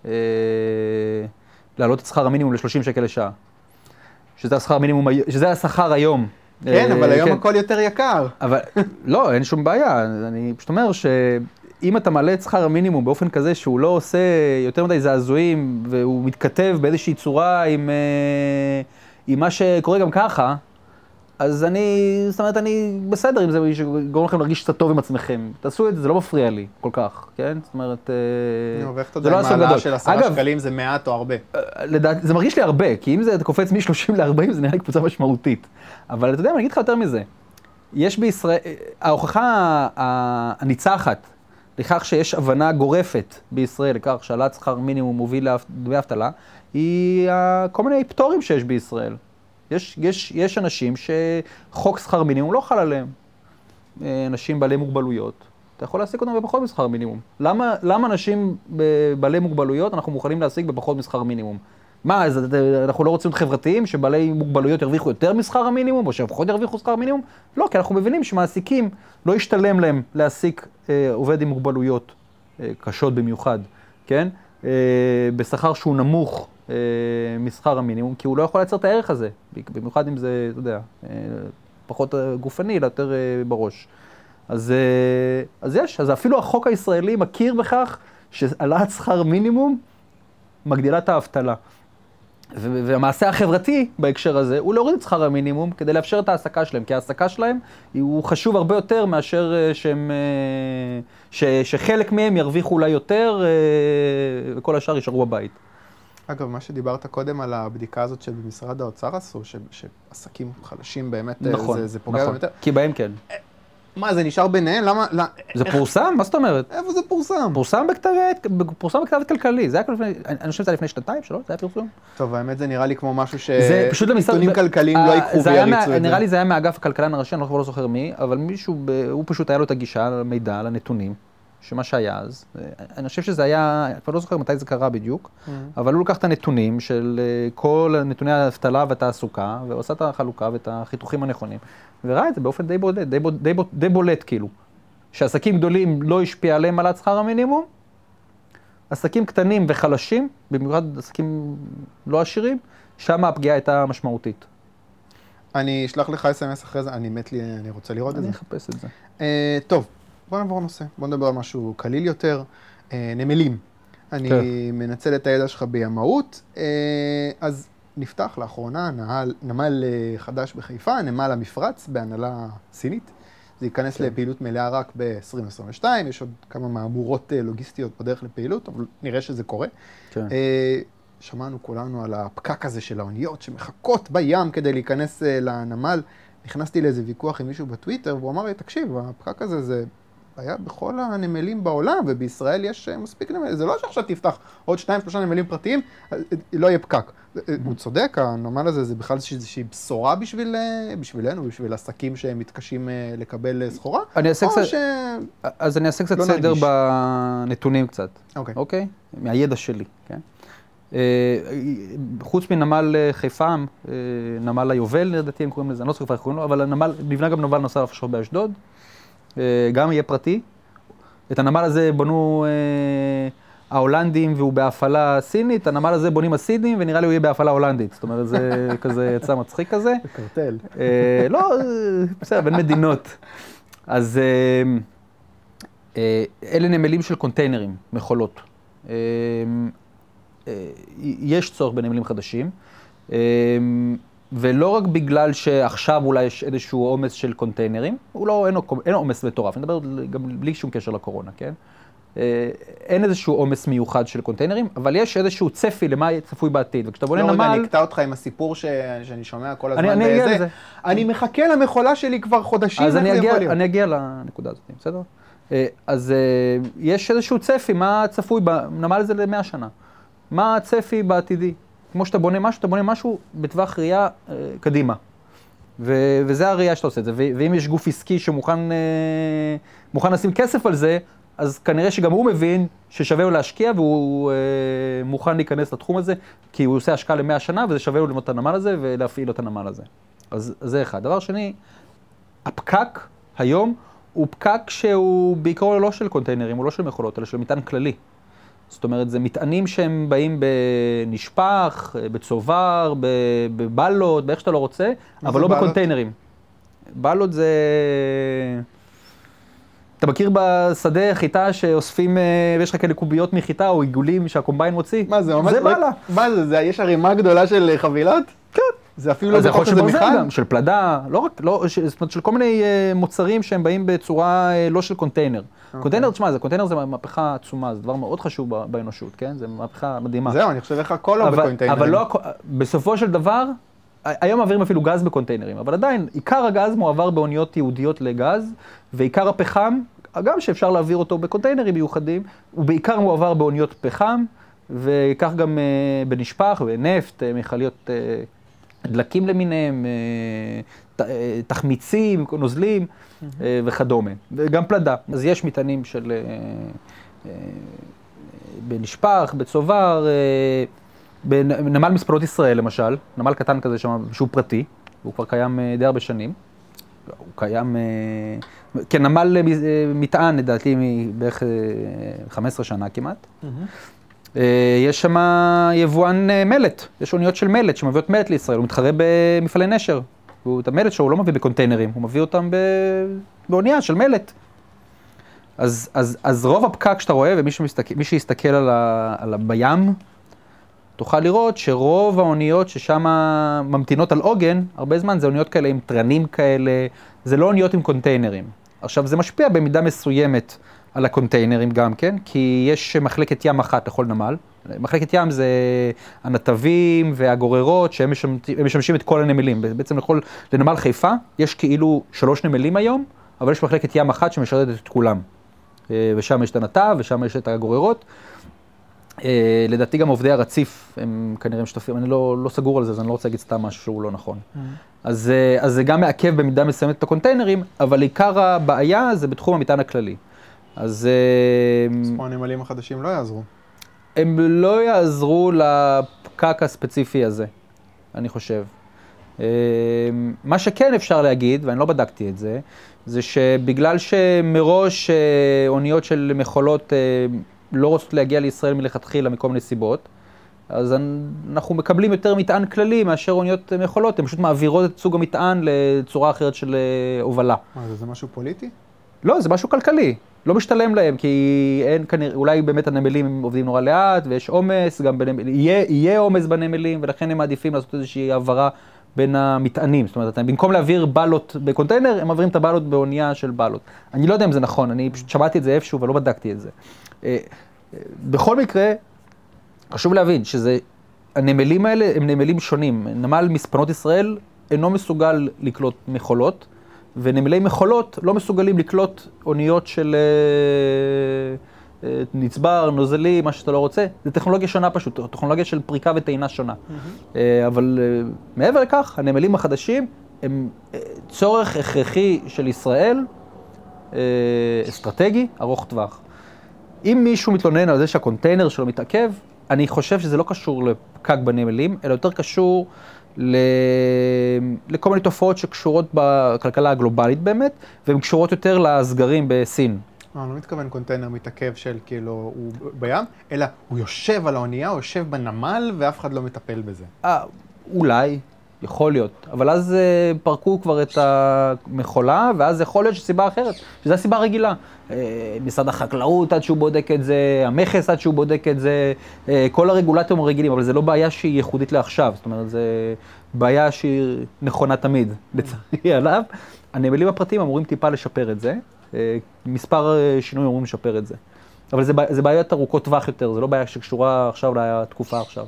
להעלות את שכר המינימום ל-שלושים שקל לשעה. שזה השכר המינימום, שזה השכר היום. כן, אבל היום הכל יותר יקר. אבל לא, אין שום בעיה. אני פשוט אומר שאם אתה מעלה את שכר המינימום באופן כזה שהוא לא עושה יותר מדי זעזועים, והוא מתכתב באיזושהי צורה עם, עם מה שקורה גם ככה, אז אני, זאת אומרת, אני בסדר עם זה, גורם לכם להרגיש קצת טוב עם עצמכם. תעשו את זה, זה לא מפריע לי כל כך, כן? זאת אומרת, ואיך אתה יודע, מעלה של עשרה שקלים זה מעט או הרבה? זה מרגיש לי הרבה, כי אם זה קופץ מ-שלושים ל-ארבעים, זה נראה לי קבוצה משמעותית. אבל אתה יודע, אני אגיד לך יותר מזה. יש בישראל, ההוכחה הניצחת לכך שיש הבנה גורפת בישראל, לכך שהעלאת שכר מינימום מוביל לדמי אבטלה, היא כל מיני פטורים שיש בישראל. יש, יש, יש אנשים שחוק שכר מינימום לא חל עליהם. אנשים בעלי מוגבלויות. אתה יכול להעסיק אותם בפחות משכר מינימום. למה, למה אנשים בעלי מוגבלויות אנחנו מוכנים להעסיק בפחות משכר מינימום? מה, אז אנחנו לא רוצים להיות חברתיים שבעלי מוגבלויות ירוויחו יותר משכר המינימום, או שפחות ירוויחו שכר מינימום? לא, כי אנחנו מבינים שמעסיקים לא ישתלם להם להעסיק אה, עובד עם מוגבלויות אה, קשות במיוחד, כן? אה, בשכר שהוא נמוך, משכר המינימום, כי הוא לא יכול לייצר את הערך הזה, במיוחד אם זה, אתה יודע, פחות גופני, אלא יותר בראש. אז, אז יש, אז אפילו החוק הישראלי מכיר בכך שהעלאת שכר מינימום מגדילה את האבטלה. והמעשה החברתי בהקשר הזה הוא להוריד את שכר המינימום כדי לאפשר את ההעסקה שלהם, כי ההעסקה שלהם הוא חשוב הרבה יותר מאשר שהם, ש, שחלק מהם ירוויחו אולי יותר וכל השאר יישארו בבית. אגב, מה שדיברת קודם על הבדיקה הזאת שבמשרד האוצר עשו, שעסקים חלשים באמת, נכון, זה, זה פוגע נכון. באמת. כי בהם כן. מה, זה נשאר ביניהם? למה? לא, זה איך... פורסם? מה זאת אומרת? איפה זה פורסם? פורסם בכתב עת, פורסם בכתב עת כלכלי. זה היה לפני, אני חושב שזה היה לפני שנתיים, שלוש, זה היה פרסום. טוב, האמת זה נראה לי כמו משהו ש... זה פשוט למשרד... עיתונים כלכליים לא ייקחו ויריצו את זה. נראה לי זה היה מאגף הכלכלן הראשי, אני לא, לא זוכר מי, אבל מישהו, הוא פשוט היה לו את הגישה למידע, לנתונים. שמה שהיה אז, אני חושב שזה היה, אני כבר לא זוכר מתי זה קרה בדיוק, mm-hmm. אבל הוא לקח את הנתונים של כל נתוני האבטלה והתעסוקה, ועושה את החלוקה ואת החיתוכים הנכונים, וראה את זה באופן די בולט, די, די, די בולט כאילו, שעסקים גדולים לא השפיע עליהם על שכר המינימום, עסקים קטנים וחלשים, במיוחד עסקים לא עשירים, שם הפגיעה הייתה משמעותית. אני אשלח לך אס אם אס אחרי זה, אני מת לי, אני רוצה לראות את זה. אני אחפש את זה. Uh, טוב. בוא נעבור נושא, בוא נדבר על משהו קליל יותר, אה, נמלים. אני כן. מנצל את הידע שלך בימאות, אה, אז נפתח לאחרונה נמל, נמל אה, חדש בחיפה, נמל המפרץ בהנהלה סינית. זה ייכנס כן. לפעילות מלאה רק ב-עשרים עשרים ושתיים, יש עוד כמה מהמורות אה, לוגיסטיות בדרך לפעילות, אבל נראה שזה קורה. כן. אה, שמענו כולנו על הפקק הזה של האוניות שמחכות בים כדי להיכנס אה, לנמל. נכנסתי לאיזה ויכוח עם מישהו בטוויטר, והוא אמר לי, תקשיב, הפקק הזה זה היה בכל הנמלים בעולם, ובישראל יש מספיק נמלים. זה לא שעכשיו תפתח עוד שניים, שלושה נמלים פרטיים, לא יהיה פקק. הוא צודק, הנמל הזה זה בכלל איזושהי בשורה בשביל, בשבילנו, בשביל עסקים שהם מתקשים לקבל סחורה. אני אעשה קצת, ש... אז אני אעשה קצת לא סדר נרגיש. בנתונים קצת. אוקיי. אוקיי? מהידע שלי, כן? חוץ מנמל חיפה, נמל היובל, לדעתי הם קוראים לזה, אני לא זוכר איך קוראים לו, אבל הנמל, נבנה גם נמל נוסף עכשיו באשדוד, גם יהיה פרטי. את הנמל הזה בנו ההולנדים והוא בהפעלה סינית, הנמל הזה בונים הסינים ונראה לי הוא יהיה בהפעלה הולנדית. זאת אומרת, זה כזה יצא מצחיק כזה. זה קרטל. לא, בסדר, בין מדינות. אז אלה נמלים של קונטיינרים, מכולות. יש צורך בנמלים חדשים, ולא רק בגלל שעכשיו אולי יש איזשהו עומס של קונטיינרים, הוא לא, אין, אין עומס מטורף, אני מדבר גם בלי שום קשר לקורונה, כן? אין איזשהו עומס מיוחד של קונטיינרים, אבל יש איזשהו צפי למה צפוי בעתיד, וכשאתה בונה לא, נמל... לא, רגע, אני אקטע אותך עם הסיפור ש... שאני שומע כל הזמן אני אגיע לזה. אני מחכה למכולה שלי כבר חודשים, אז איך אני זה אגיע, יכול להיות? אני אגיע לנקודה הזאת, בסדר? אז יש איזשהו צפי, מה צפוי בנמל הזה למאה שנה. מה הצפי בעתידי? כמו שאתה בונה משהו, אתה בונה משהו בטווח ראייה אה, קדימה. ו- וזה הראייה שאתה עושה את זה. ו- ואם יש גוף עסקי שמוכן אה, מוכן לשים כסף על זה, אז כנראה שגם הוא מבין ששווה לו להשקיע, והוא אה, מוכן להיכנס לתחום הזה, כי הוא עושה השקעה למאה שנה, וזה שווה לו ללמוד את הנמל הזה ולהפעיל את הנמל הזה. אז זה אחד. דבר שני, הפקק היום הוא פקק שהוא בעיקרו לא של קונטיינרים, הוא לא של מכולות, אלא של מטען כללי. זאת אומרת, זה מטענים שהם באים בנשפח, בצובר, בבלות, באיך שאתה לא רוצה, אבל לא בקונטיינרים. בלות זה... אתה מכיר בשדה חיטה שאוספים, ויש לך כאלה קוביות מחיטה או עיגולים שהקומביין מוציא? מה זה? ממש... זה בלה. מה זה? זה יש ערימה גדולה של חבילות? כן. זה אפילו לא בתוך איזה מיכל? גם, של פלדה, לא רק, לא, זאת אומרת, של כל מיני uh, מוצרים שהם באים בצורה uh, לא של קונטיינר. Okay. קונטיינר, תשמע, זה, קונטיינר זה מהפכה עצומה, זה דבר מאוד חשוב באנושות, כן? זה מהפכה מדהימה. זהו, אני חושב איך הכל לא בקונטיינרים. אבל לא, בסופו של דבר, היום מעבירים אפילו גז בקונטיינרים, אבל עדיין, עיקר הגז מועבר באוניות יהודיות לגז, ועיקר הפחם, גם שאפשר להעביר אותו בקונטיינרים מיוחדים, הוא בעיקר מועבר באוניות פחם, וכך גם uh, בנשפח ונפט, uh, מכליות... Uh, דלקים למיניהם, תחמיצים, נוזלים וכדומה, וגם פלדה. אז יש מטענים של בנשפח, בצובר, בנמל מספנות ישראל למשל, נמל קטן כזה שם, שהוא פרטי, הוא כבר קיים די הרבה שנים. הוא קיים, כן, נמל מטען לדעתי בערך חמש עשרה שנה כמעט. יש שם יבואן מלט, יש אוניות של מלט שמביאות מלט לישראל, הוא מתחרה במפעלי נשר. את המלט שלו הוא לא מביא בקונטיינרים, הוא מביא אותם באונייה של מלט. אז, אז, אז רוב הפקק שאתה רואה, ומי שמסתכל, מי שיסתכל על ה, על ה, בים, תוכל לראות שרוב האוניות ששם ממתינות על עוגן, הרבה זמן זה אוניות כאלה עם טרנים כאלה, זה לא אוניות עם קונטיינרים. עכשיו זה משפיע במידה מסוימת על הקונטיינרים גם כן, כי יש מחלקת ים אחת לכל נמל. מחלקת ים זה הנתבים והגוררות שהם משמשים, משמשים את כל הנמלים. בעצם לכל, לנמל חיפה יש כאילו שלוש נמלים היום, אבל יש מחלקת ים אחת שמשרתת את כולם. ושם יש את הנתב ושם יש את הגוררות. לדעתי גם עובדי הרציף הם כנראה משתתפים, אני לא, לא סגור על זה, אז אני לא רוצה להגיד סתם משהו שהוא לא נכון. Mm-hmm. אז, אז זה גם מעכב במידה מסוימת את הקונטיינרים, אבל עיקר הבעיה זה בתחום המטען הכללי. אז... אז פה הנמלים החדשים לא יעזרו. הם לא יעזרו לפקק הספציפי הזה, אני חושב. מה שכן אפשר להגיד, ואני לא בדקתי את זה, זה שבגלל שמראש אוניות של מכולות לא רוצות להגיע לישראל מלכתחילה מכל מיני סיבות, אז אנחנו מקבלים יותר מטען כללי מאשר אוניות מכולות, הן פשוט מעבירות את סוג המטען לצורה אחרת של הובלה. מה, זה משהו פוליטי? לא, זה משהו כלכלי. לא משתלם להם, כי אין כנראה, אולי באמת הנמלים עובדים נורא לאט, ויש עומס, גם בנמלים, יהיה, יהיה עומס בנמלים, ולכן הם מעדיפים לעשות איזושהי העברה בין המטענים. זאת אומרת, במקום להעביר בלות בקונטיינר, הם מעבירים את הבלות באונייה של בלות. אני לא יודע אם זה נכון, אני פשוט שמעתי את זה איפשהו, ולא בדקתי את זה. בכל מקרה, חשוב להבין שזה, הנמלים האלה הם נמלים שונים. נמל מספנות ישראל אינו מסוגל לקלוט מכולות, ונמלי מכולות לא מסוגלים לקלוט אוניות של אה, אה, נצבר, נוזלי, מה שאתה לא רוצה. זו טכנולוגיה שונה פשוט, טכנולוגיה של פריקה וטעינה שונה. Mm-hmm. אה, אבל אה, מעבר לכך, הנמלים החדשים הם אה, צורך הכרחי של ישראל, אה, אסטרטגי, ארוך טווח. אם מישהו מתלונן על זה שהקונטיינר שלו מתעכב, אני חושב שזה לא קשור לפקק בנמלים, אלא יותר קשור ל... לכל מיני תופעות שקשורות בכלכלה הגלובלית באמת, והן קשורות יותר לסגרים בסין. אני לא מתכוון קונטיינר מתעכב של כאילו הוא בים, אלא הוא יושב על האונייה, הוא יושב בנמל ואף אחד לא מטפל בזה. אה, אולי, יכול להיות. אבל אז uh, פרקו כבר את המכולה, ואז יכול להיות שסיבה אחרת, שזו הסיבה רגילה. Uh, משרד החקלאות עד שהוא בודק את זה, המכס עד שהוא בודק את זה, uh, כל הרגולטורים הרגילים, אבל זה לא בעיה שהיא ייחודית לעכשיו. זאת אומרת, זה בעיה שהיא נכונה תמיד, לצערי עליו. הנמלים הפרטיים אמורים טיפה לשפר את זה, uh, מספר שינויים אמורים לשפר את זה. אבל זה, זה בעיות ארוכות טווח יותר, זה לא בעיה שקשורה עכשיו לתקופה עכשיו.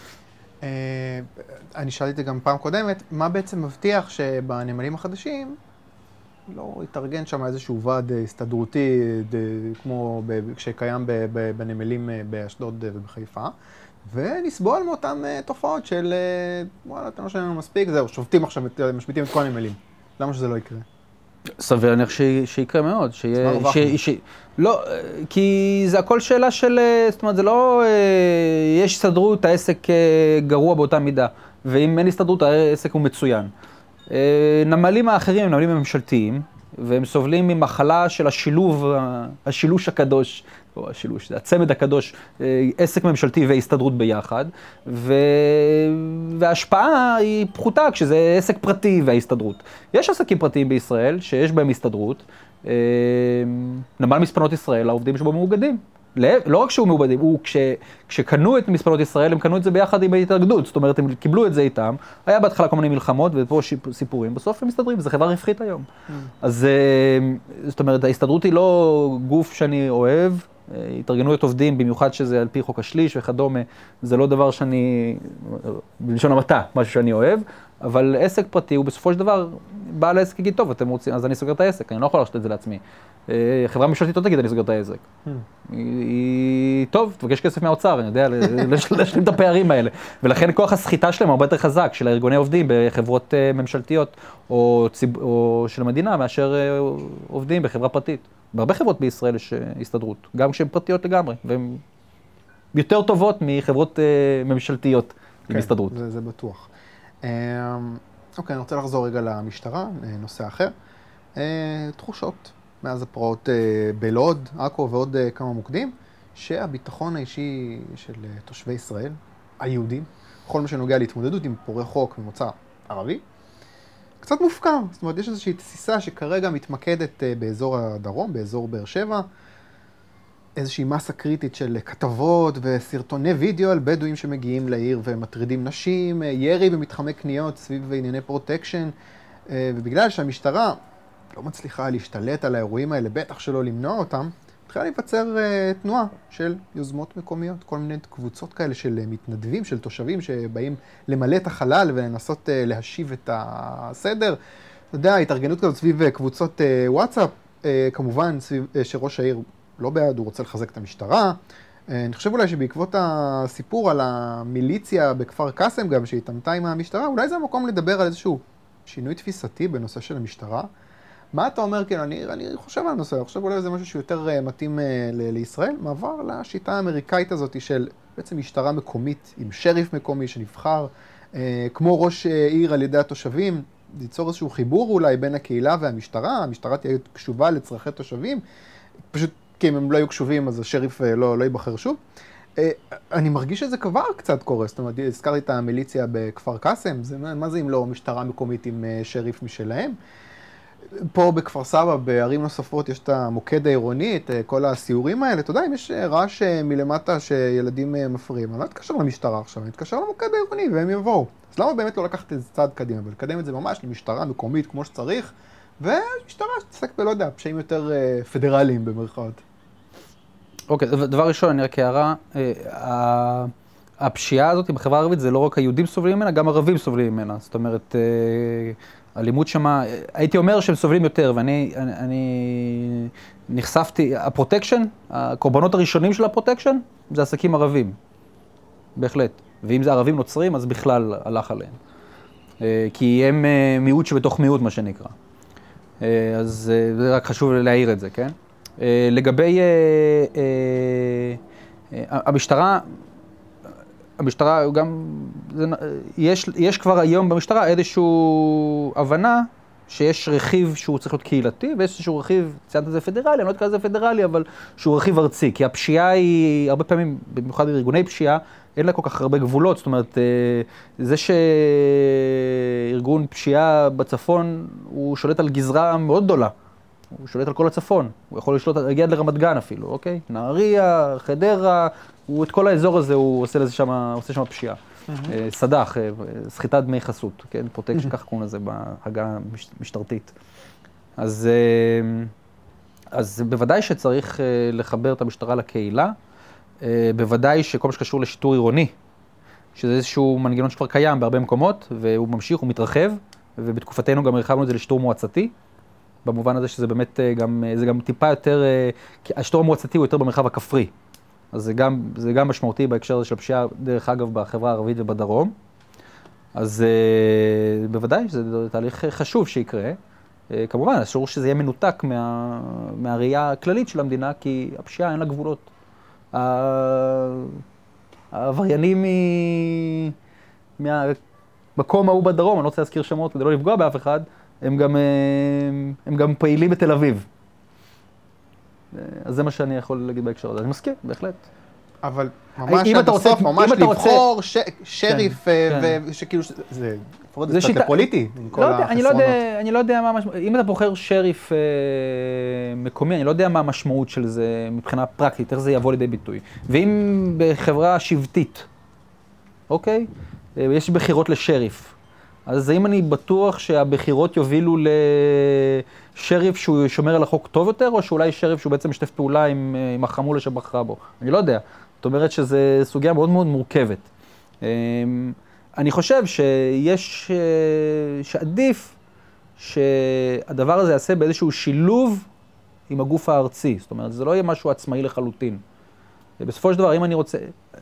אני שאלתי את זה גם פעם קודמת, מה בעצם מבטיח שבנמלים החדשים לא יתארגן שם איזשהו ועד הסתדרותי כמו שקיים בנמלים באשדוד ובחיפה, ונסבול מאותן תופעות של וואלה, אתם לא שלנו מספיק, זהו, שובתים עכשיו, משביתים את כל הנמלים. למה שזה לא יקרה? סביר להניח שיקרה מאוד, שיהיה... לא, כי זה הכל שאלה של... זאת אומרת, זה לא... יש הסתדרות, העסק גרוע באותה מידה, ואם אין הסתדרות, העסק הוא מצוין. נמלים האחרים הם נמלים ממשלתיים, והם סובלים ממחלה של השילוב, השילוש הקדוש, או השילוש, זה הצמד הקדוש, עסק ממשלתי והסתדרות ביחד, ו... וההשפעה היא פחותה כשזה עסק פרטי וההסתדרות. יש עסקים פרטיים בישראל שיש בהם הסתדרות, נמל מספנות ישראל, העובדים שבו מאוגדים. לא רק שהוא מאוגדים, הוא כש... כשקנו את מספנות ישראל, הם קנו את זה ביחד עם ההתאגדות, זאת אומרת, הם קיבלו את זה איתם, היה בהתחלה כל מיני מלחמות ופה סיפורים, בסוף הם מסתדרים, זו חברה רווחית היום. Mm. אז זאת אומרת, ההסתדרות היא לא גוף שאני אוהב, התארגנויות עובדים, במיוחד שזה על פי חוק השליש וכדומה, זה לא דבר שאני, בלשון המעטה, משהו שאני אוהב, אבל עסק פרטי הוא בסופו של דבר, בעל העסק יגיד, טוב, אתם רוצים, אז אני סוגר את העסק, אני לא יכול להרשות את זה לעצמי. חברה ממשלתית לא תגיד, אני סוגר את העסק. היא, טוב, תבקש כסף מהאוצר, אני יודע, להשלים את הפערים האלה. ולכן כוח הסחיטה שלהם הרבה יותר חזק, של הארגוני עובדים בחברות ממשלתיות או של המדינה, מאשר עובדים בחברה פרטית. בהרבה חברות בישראל יש הסתדרות, גם כשהן פרטיות לגמרי, והן יותר טובות מחברות ממשלתיות עם הסתדרות. זה, זה בטוח. אוקיי, אני רוצה לחזור רגע למשטרה, נושא אחר. תחושות מאז הפרעות בלוד, עכו ועוד כמה מוקדים, שהביטחון האישי של תושבי ישראל, היהודים, בכל מה שנוגע להתמודדות עם פורעי חוק ממוצא ערבי, קצת מופקר. זאת אומרת, יש איזושהי תסיסה שכרגע מתמקדת באזור הדרום, באזור באר שבע, איזושהי מסה קריטית של כתבות וסרטוני וידאו על בדואים שמגיעים לעיר ומטרידים נשים, ירי במתחמי קניות סביב ענייני פרוטקשן, ובגלל שהמשטרה לא מצליחה להשתלט על האירועים האלה, בטח שלא למנוע אותם, התחילה להיווצר uh, תנועה של יוזמות מקומיות, כל מיני קבוצות כאלה של uh, מתנדבים, של תושבים שבאים למלא את החלל ולנסות uh, להשיב את הסדר. אתה יודע, התארגנות כזאת סביב uh, קבוצות uh, וואטסאפ, uh, כמובן סביב, uh, שראש העיר לא בעד, הוא רוצה לחזק את המשטרה. Uh, אני חושב אולי שבעקבות הסיפור על המיליציה בכפר קאסם גם, שהתעמתה עם המשטרה, אולי זה המקום לדבר על איזשהו שינוי תפיסתי בנושא של המשטרה. מה אתה אומר? כן, אני, אני חושב על הנושא, אני חושב אולי זה משהו שיותר uh, מתאים uh, ל- לישראל, מעבר לשיטה האמריקאית הזאת של בעצם משטרה מקומית עם שריף מקומי שנבחר, uh, כמו ראש uh, עיר על ידי התושבים, ליצור איזשהו חיבור אולי בין הקהילה והמשטרה, המשטרה תהיה קשובה לצרכי תושבים, פשוט כי אם הם לא יהיו קשובים אז השריף uh, לא, לא ייבחר שוב. Uh, אני מרגיש שזה כבר קצת קורה, זאת אומרת, הזכרתי את המיליציה בכפר קאסם, זה, מה זה אם לא משטרה מקומית עם uh, שריף משלהם? פה בכפר סבא, בערים נוספות, יש את המוקד העירוני, את כל הסיורים האלה. אתה יודע, אם יש רעש מלמטה שילדים מפריעים, אני לא אתקשר למשטרה עכשיו, אני אתקשר למוקד העירוני והם יבואו. אז למה באמת לא לקחת את זה צעד קדימה, ולקדם את זה ממש למשטרה מקומית כמו שצריך, ומשטרה שתעסק בלא יודע, פשעים יותר פדרליים במרכאות. אוקיי, דבר ראשון, אני רק הערה, הפשיעה הזאת בחברה הערבית זה לא רק היהודים סובלים ממנה, גם ערבים סובלים ממנה. זאת אומרת, אלימות שמה, הייתי אומר שהם סובלים יותר, ואני אני, אני נחשפתי, הפרוטקשן, הקורבנות הראשונים של הפרוטקשן, זה עסקים ערבים, בהחלט. ואם זה ערבים נוצרים, אז בכלל הלך עליהם. כי הם מיעוט שבתוך מיעוט, מה שנקרא. אז זה רק חשוב להעיר את זה, כן? לגבי המשטרה, המשטרה גם, זה, יש, יש כבר היום במשטרה איזושהי הבנה שיש רכיב שהוא צריך להיות קהילתי, ויש איזשהו רכיב, ציינת את זה פדרלי, אני לא יודעת כזה זה פדרלי, אבל שהוא רכיב ארצי, כי הפשיעה היא, הרבה פעמים, במיוחד בארגוני פשיעה, אין לה כל כך הרבה גבולות, זאת אומרת, זה שארגון פשיעה בצפון, הוא שולט על גזרה מאוד גדולה, הוא שולט על כל הצפון, הוא יכול לשלוט, להגיע עד לרמת גן אפילו, אוקיי? נהריה, חדרה, הוא את כל האזור הזה, הוא עושה לזה שמה, עושה שמה פשיעה. סד"ח, סחיטת דמי חסות, כן? פרוטקשן, כך קוראים לזה בהגה המשטרתית. אז, אז בוודאי שצריך לחבר את המשטרה לקהילה, בוודאי שכל מה שקשור לשיטור עירוני, שזה איזשהו מנגנון שכבר קיים בהרבה מקומות, והוא ממשיך, הוא מתרחב, ובתקופתנו גם הרחבנו את זה לשיטור מועצתי, במובן הזה שזה באמת גם, זה גם טיפה יותר, השיטור המועצתי הוא יותר במרחב הכפרי. אז זה גם, זה גם משמעותי בהקשר הזה של הפשיעה, דרך אגב, בחברה הערבית ובדרום. אז uh, בוודאי, זה תהליך חשוב שיקרה. Uh, כמובן, אסור שזה יהיה מנותק מה, מהראייה הכללית של המדינה, כי הפשיעה אין לה גבולות. העבריינים מהמקום ההוא בדרום, אני לא רוצה להזכיר שמות כדי לא לפגוע באף אחד, הם גם, הם גם פעילים בתל אביב. אז זה מה שאני יכול להגיד בהקשר הזה. אני מסכים, בהחלט. אבל ממש עד הסוף, ממש לבחור שריף, ושכאילו, זה לפחות קצת פוליטי. אני לא יודע מה המשמעות, אם אתה בוחר שריף מקומי, אני לא יודע מה המשמעות של זה מבחינה פרקטית, איך זה יבוא לידי ביטוי. ואם בחברה שבטית, אוקיי? יש בחירות לשריף. אז האם אני בטוח שהבחירות יובילו לשריף שהוא שומר על החוק טוב יותר, או שאולי שריף שהוא בעצם משתף פעולה עם, עם החמולה שבחרה בו? אני לא יודע. זאת אומרת שזו סוגיה מאוד מאוד מורכבת. אני חושב שיש, שעדיף שהדבר הזה יעשה באיזשהו שילוב עם הגוף הארצי. זאת אומרת, זה לא יהיה משהו עצמאי לחלוטין. בסופו של דבר, אם אני רוצה...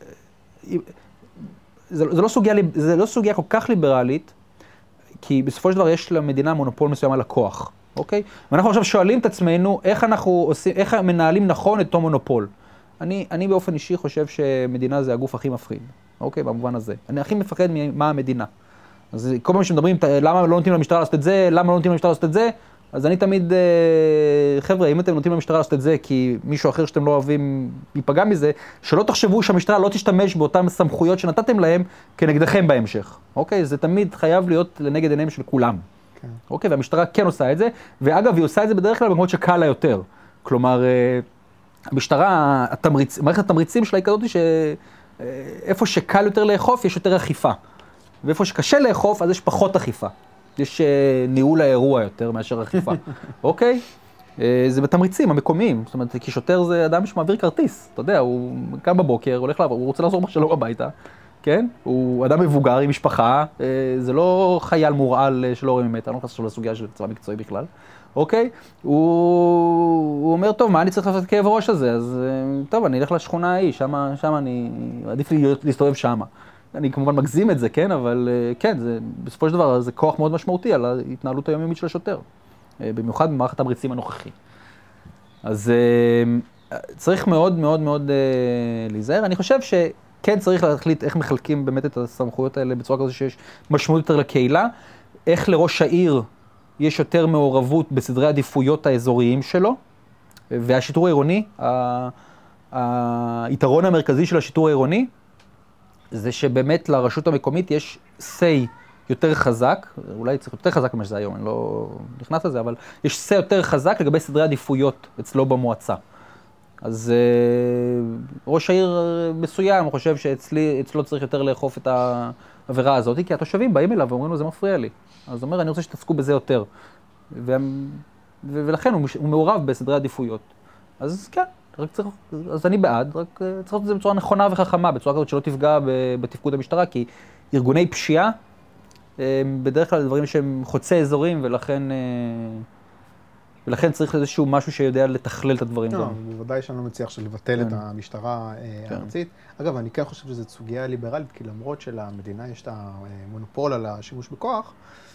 זה, זה, לא סוגיה, זה לא סוגיה כל כך ליברלית, כי בסופו של דבר יש למדינה מונופול מסוים על הכוח, אוקיי? ואנחנו עכשיו שואלים את עצמנו איך אנחנו עושים, איך מנהלים נכון את אותו מונופול. אני, אני באופן אישי חושב שמדינה זה הגוף הכי מפחיד, אוקיי? במובן הזה. אני הכי מפחד ממה המדינה. אז כל פעם שמדברים, למה לא נותנים למשטרה לעשות את זה, למה לא נותנים למשטרה לעשות את זה, אז אני תמיד, חבר'ה, אם אתם נותנים למשטרה לעשות את זה, כי מישהו אחר שאתם לא אוהבים ייפגע מזה, שלא תחשבו שהמשטרה לא תשתמש באותן סמכויות שנתתם להם כנגדכם בהמשך. אוקיי? זה תמיד חייב להיות לנגד עיניהם של כולם. כן. אוקיי? והמשטרה כן עושה את זה, ואגב, היא עושה את זה בדרך כלל במקומות שקל לה יותר. כלומר, המשטרה, התמריצ, מערכת התמריצים שלה היא כזאת שאיפה שקל יותר לאכוף, יש יותר אכיפה. ואיפה שקשה לאכוף, אז יש פחות אכיפה. יש ניהול האירוע יותר מאשר אכיפה, אוקיי? זה בתמריצים המקומיים, זאת אומרת, כי שוטר זה אדם שמעביר כרטיס, אתה יודע, הוא קם בבוקר, הולך לעבור, הוא רוצה לעזור בשלום הביתה, כן? הוא אדם מבוגר עם משפחה, זה לא חייל מורעל שלא רואים באמת, אני לא נכנס לסוגיה של צבא מקצועי בכלל, אוקיי? הוא, הוא אומר, טוב, מה אני צריך לעשות כאב ראש הזה? אז טוב, אני אלך לשכונה ההיא, שמה, שמה אני, עדיף לי להסתובב שמה. אני כמובן מגזים את זה, כן, אבל כן, זה, בסופו של דבר זה כוח מאוד משמעותי על ההתנהלות היומיומית של השוטר, במיוחד במערכת התמריצים הנוכחי. אז צריך מאוד מאוד מאוד להיזהר. אני חושב שכן צריך להחליט איך מחלקים באמת את הסמכויות האלה בצורה כזו שיש משמעות יותר לקהילה, איך לראש העיר יש יותר מעורבות בסדרי עדיפויות האזוריים שלו, והשיטור העירוני, היתרון המרכזי של השיטור העירוני, זה שבאמת לרשות המקומית יש say יותר חזק, אולי צריך יותר חזק ממה שזה היום, אני לא נכנס לזה, אבל יש say יותר חזק לגבי סדרי עדיפויות אצלו במועצה. אז ראש העיר מסוים חושב שאצלו צריך יותר לאכוף את העבירה הזאת, כי התושבים באים אליו ואומרים לו, זה מפריע לי. אז הוא אומר, אני רוצה שתעסקו בזה יותר. ולכן הוא מעורב בסדרי עדיפויות. אז כן. רק צריך, אז אני בעד, רק צריך לעשות את זה בצורה נכונה וחכמה, בצורה כזאת שלא תפגע בתפקוד המשטרה, כי ארגוני פשיעה בדרך כלל דברים שהם חוצי אזורים, ולכן, ולכן צריך איזשהו משהו שיודע לתכלל את הדברים לא, גם. בוודאי שאני לא מציע עכשיו לבטל את המשטרה הארצית. אגב, אני כן חושב שזו סוגיה ליברלית, כי למרות שלמדינה יש את המונופול על השימוש בכוח,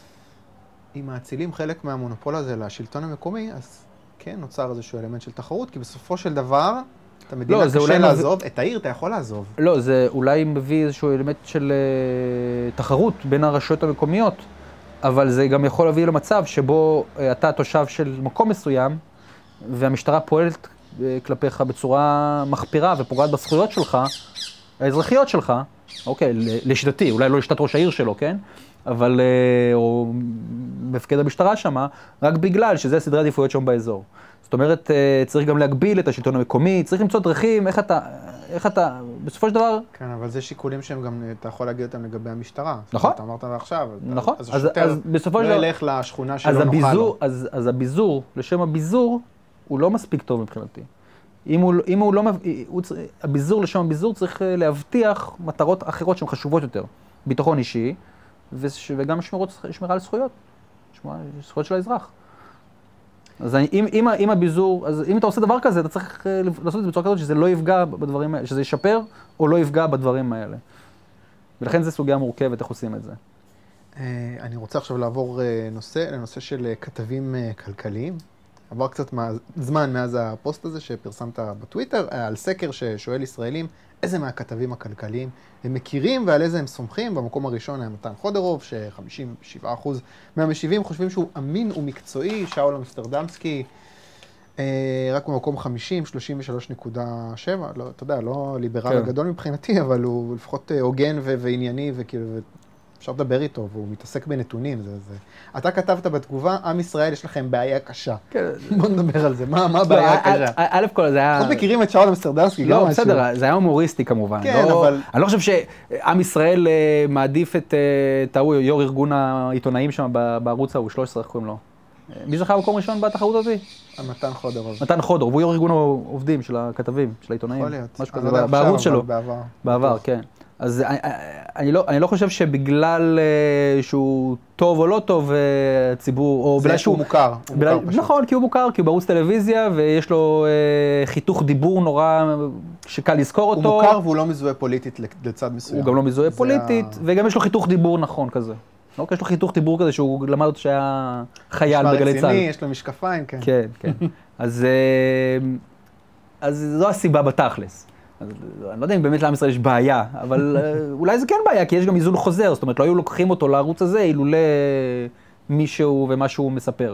אם מאצילים חלק מהמונופול הזה לשלטון המקומי, אז כן נוצר איזשהו אלמנט של תחרות, כי בסופו של דבר, את המדינה לא, קשה לעזוב, מביא... את העיר אתה יכול לעזוב. לא, זה אולי מביא איזשהו אלמנט של uh, תחרות בין הרשויות המקומיות, אבל זה גם יכול להביא למצב שבו uh, אתה תושב של מקום מסוים, והמשטרה פועלת uh, כלפיך בצורה מחפירה ופוגעת בזכויות שלך, האזרחיות שלך, אוקיי, לשיטתי, אולי לא לשיטת ראש העיר שלו, כן? אבל, או מפקד המשטרה שמה, רק בגלל שזה סדרי עדיפויות שם באזור. זאת אומרת, צריך גם להגביל את השלטון המקומי, צריך למצוא דרכים, איך אתה, איך אתה, בסופו של דבר... כן, אבל זה שיקולים שהם גם, אתה יכול להגיד אותם לגבי המשטרה. נכון. אתה אמרת עכשיו, נכון. אז השוטר לא ילך לשכונה שלא נוחה לו. אז, אז הביזור, לשם הביזור, הוא לא מספיק טוב מבחינתי. אם הוא, אם הוא לא, הוא, הביזור לשם הביזור צריך להבטיח מטרות אחרות שהן חשובות יותר. ביטחון אישי, וגם שמירות, שמירה על זכויות, זכויות של האזרח. אז אני, אם, אם, אם הביזור, אז אם אתה עושה דבר כזה, אתה צריך לעשות את זה בצורה כזאת שזה לא יפגע בדברים האלה, שזה ישפר או לא יפגע בדברים האלה. ולכן זו סוגיה מורכבת, איך עושים את זה. אני רוצה עכשיו לעבור נושא, לנושא של כתבים כלכליים. עבר קצת זמן מאז הפוסט הזה שפרסמת בטוויטר, על סקר ששואל ישראלים, איזה מהכתבים הכלכליים הם מכירים ועל איזה הם סומכים. במקום הראשון היה מתן חודרוב, ש-חמישים ושבעה אחוז מהמשיבים חושבים שהוא אמין ומקצועי, שאול אמסטרדמסקי, רק במקום חמישים, שלושים ושלוש נקודה שבע, לא, אתה יודע, לא ליברל הגדול מבחינתי, אבל הוא לפחות הוגן וענייני, וכאילו, אפשר לדבר איתו, והוא מתעסק בנתונים. זה, זה. אתה כתבת בתגובה, עם ישראל, יש לכם בעיה קשה. בוא נדבר על זה, מה, מה הבעיה הקשה? א' כל זה היה... אנחנו מכירים את שאול אמסטרדמסקי, לא, בסדר, זה היה הומוריסטי כמובן. כן, אבל... אני לא חושב שעם ישראל מעדיף את ההוא, יו"ר ארגון העיתונאים שם בערוץ ההוא, שלוש עשרה, איך קוראים לו? מי זכה במקום ראשון בתחרות הזאת? מתן חודרוב. מתן חודרוב, הוא יו"ר ארגון העובדים של הכתבים, של העיתונאים. יכול להיות. משהו כזה, בערוץ שלו. בעבר. בעבר, כן. אז אני, אני, לא, אני לא חושב שבגלל uh, שהוא טוב או לא טוב, uh, הציבור, או בגלל שהוא... מוכר, הוא בגלל, מוכר פשוט. נכון, כי הוא מוכר, כי הוא בערוץ טלוויזיה, ויש לו uh, חיתוך דיבור נורא שקל לזכור אותו. הוא מוכר והוא לא מזוהה פוליטית לצד מסוים. הוא גם לא מזוהה פוליטית, ה... וגם יש לו חיתוך דיבור נכון כזה. לא, יש לו חיתוך דיבור כזה שהוא למד אותו שהיה חייל בגלי צה"ל. נשמע רציני, יש לו משקפיים, כן. כן, כן. אז, uh, אז זו הסיבה בתכלס. אז אני לא יודע אם באמת לעם ישראל יש בעיה, אבל אולי זה כן בעיה, כי יש גם איזון חוזר, זאת אומרת, לא היו לוקחים אותו לערוץ הזה, אילולא מישהו ומה שהוא מספר.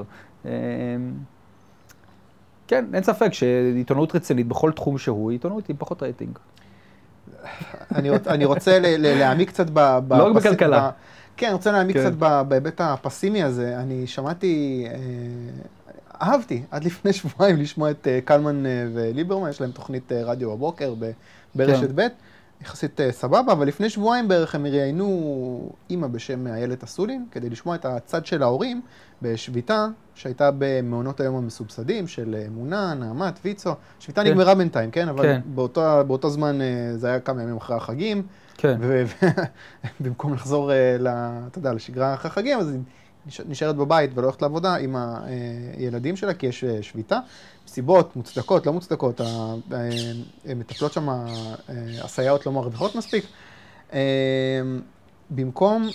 כן, אין ספק שעיתונות רצינית בכל תחום שהוא, עיתונות עם פחות רייטינג. אני רוצה להעמיק קצת ב... לא רק בכלכלה. כן, אני רוצה להעמיק קצת בהיבט הפסימי הזה. אני שמעתי... אהבתי, עד לפני שבועיים לשמוע את קלמן וליברמן, יש להם תוכנית רדיו בבוקר ברשת ב', יחסית סבבה, אבל לפני שבועיים בערך הם ראיינו אימא בשם איילת אסולין, כדי לשמוע את הצד של ההורים בשביתה שהייתה במעונות היום המסובסדים של אמונה, נעמת, ויצו. שביתה נגמרה בינתיים, כן? אבל באותו זמן זה היה כמה ימים אחרי החגים, ובמקום לחזור לשגרה אחרי החגים, אז נשארת בבית ולא הולכת לעבודה עם הילדים שלה, כי יש שביתה. סיבות מוצדקות, לא מוצדקות, המטפלות שם, הסייעות לא מרוויחות מספיק. במקום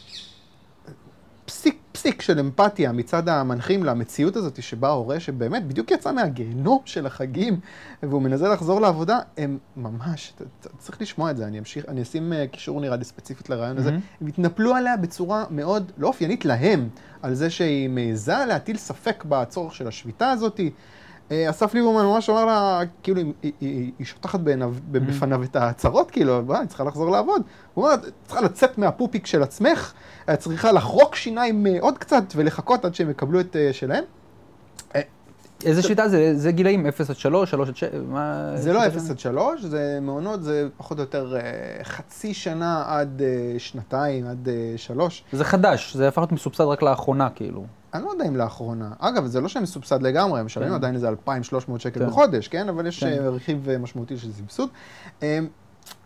פסיק, פסיק של אמפתיה מצד המנחים למציאות הזאת, שבה ההורה שבאמת בדיוק יצא מהגיהנום של החגים, והוא מנסה לחזור לעבודה, הם ממש, צריך לשמוע את זה, אני אמשיך, אני אשים קישור נראה לי ספציפית לרעיון הזה, הם התנפלו עליה בצורה מאוד לא אופיינית להם, על זה שהיא מעיזה להטיל ספק בצורך של השביתה הזאת. אסף ליברמן ממש אמר לה, כאילו, היא שוטחת בפניו את ההצהרות, כאילו, היא צריכה לחזור לעבוד. הוא אומר, צריכה לצאת מהפופיק של עצמך, צריכה לחרוק שיניים עוד קצת ולחכות עד שהם יקבלו את שלהם. איזה שיטה זה? זה גילאים אפס עד שלוש, שלוש עד שש? זה לא אפס עד שלוש, זה מעונות, זה פחות או יותר חצי שנה עד שנתיים, עד שלוש. זה חדש, זה הפך להיות מסובסד רק לאחרונה, כאילו. אני לא יודע אם לאחרונה. אגב, זה לא שהם מסובסד לגמרי, הם משלמים עדיין איזה אלפיים ושלוש מאות שקל בחודש, כן? אבל יש רכיב משמעותי של סבסוד.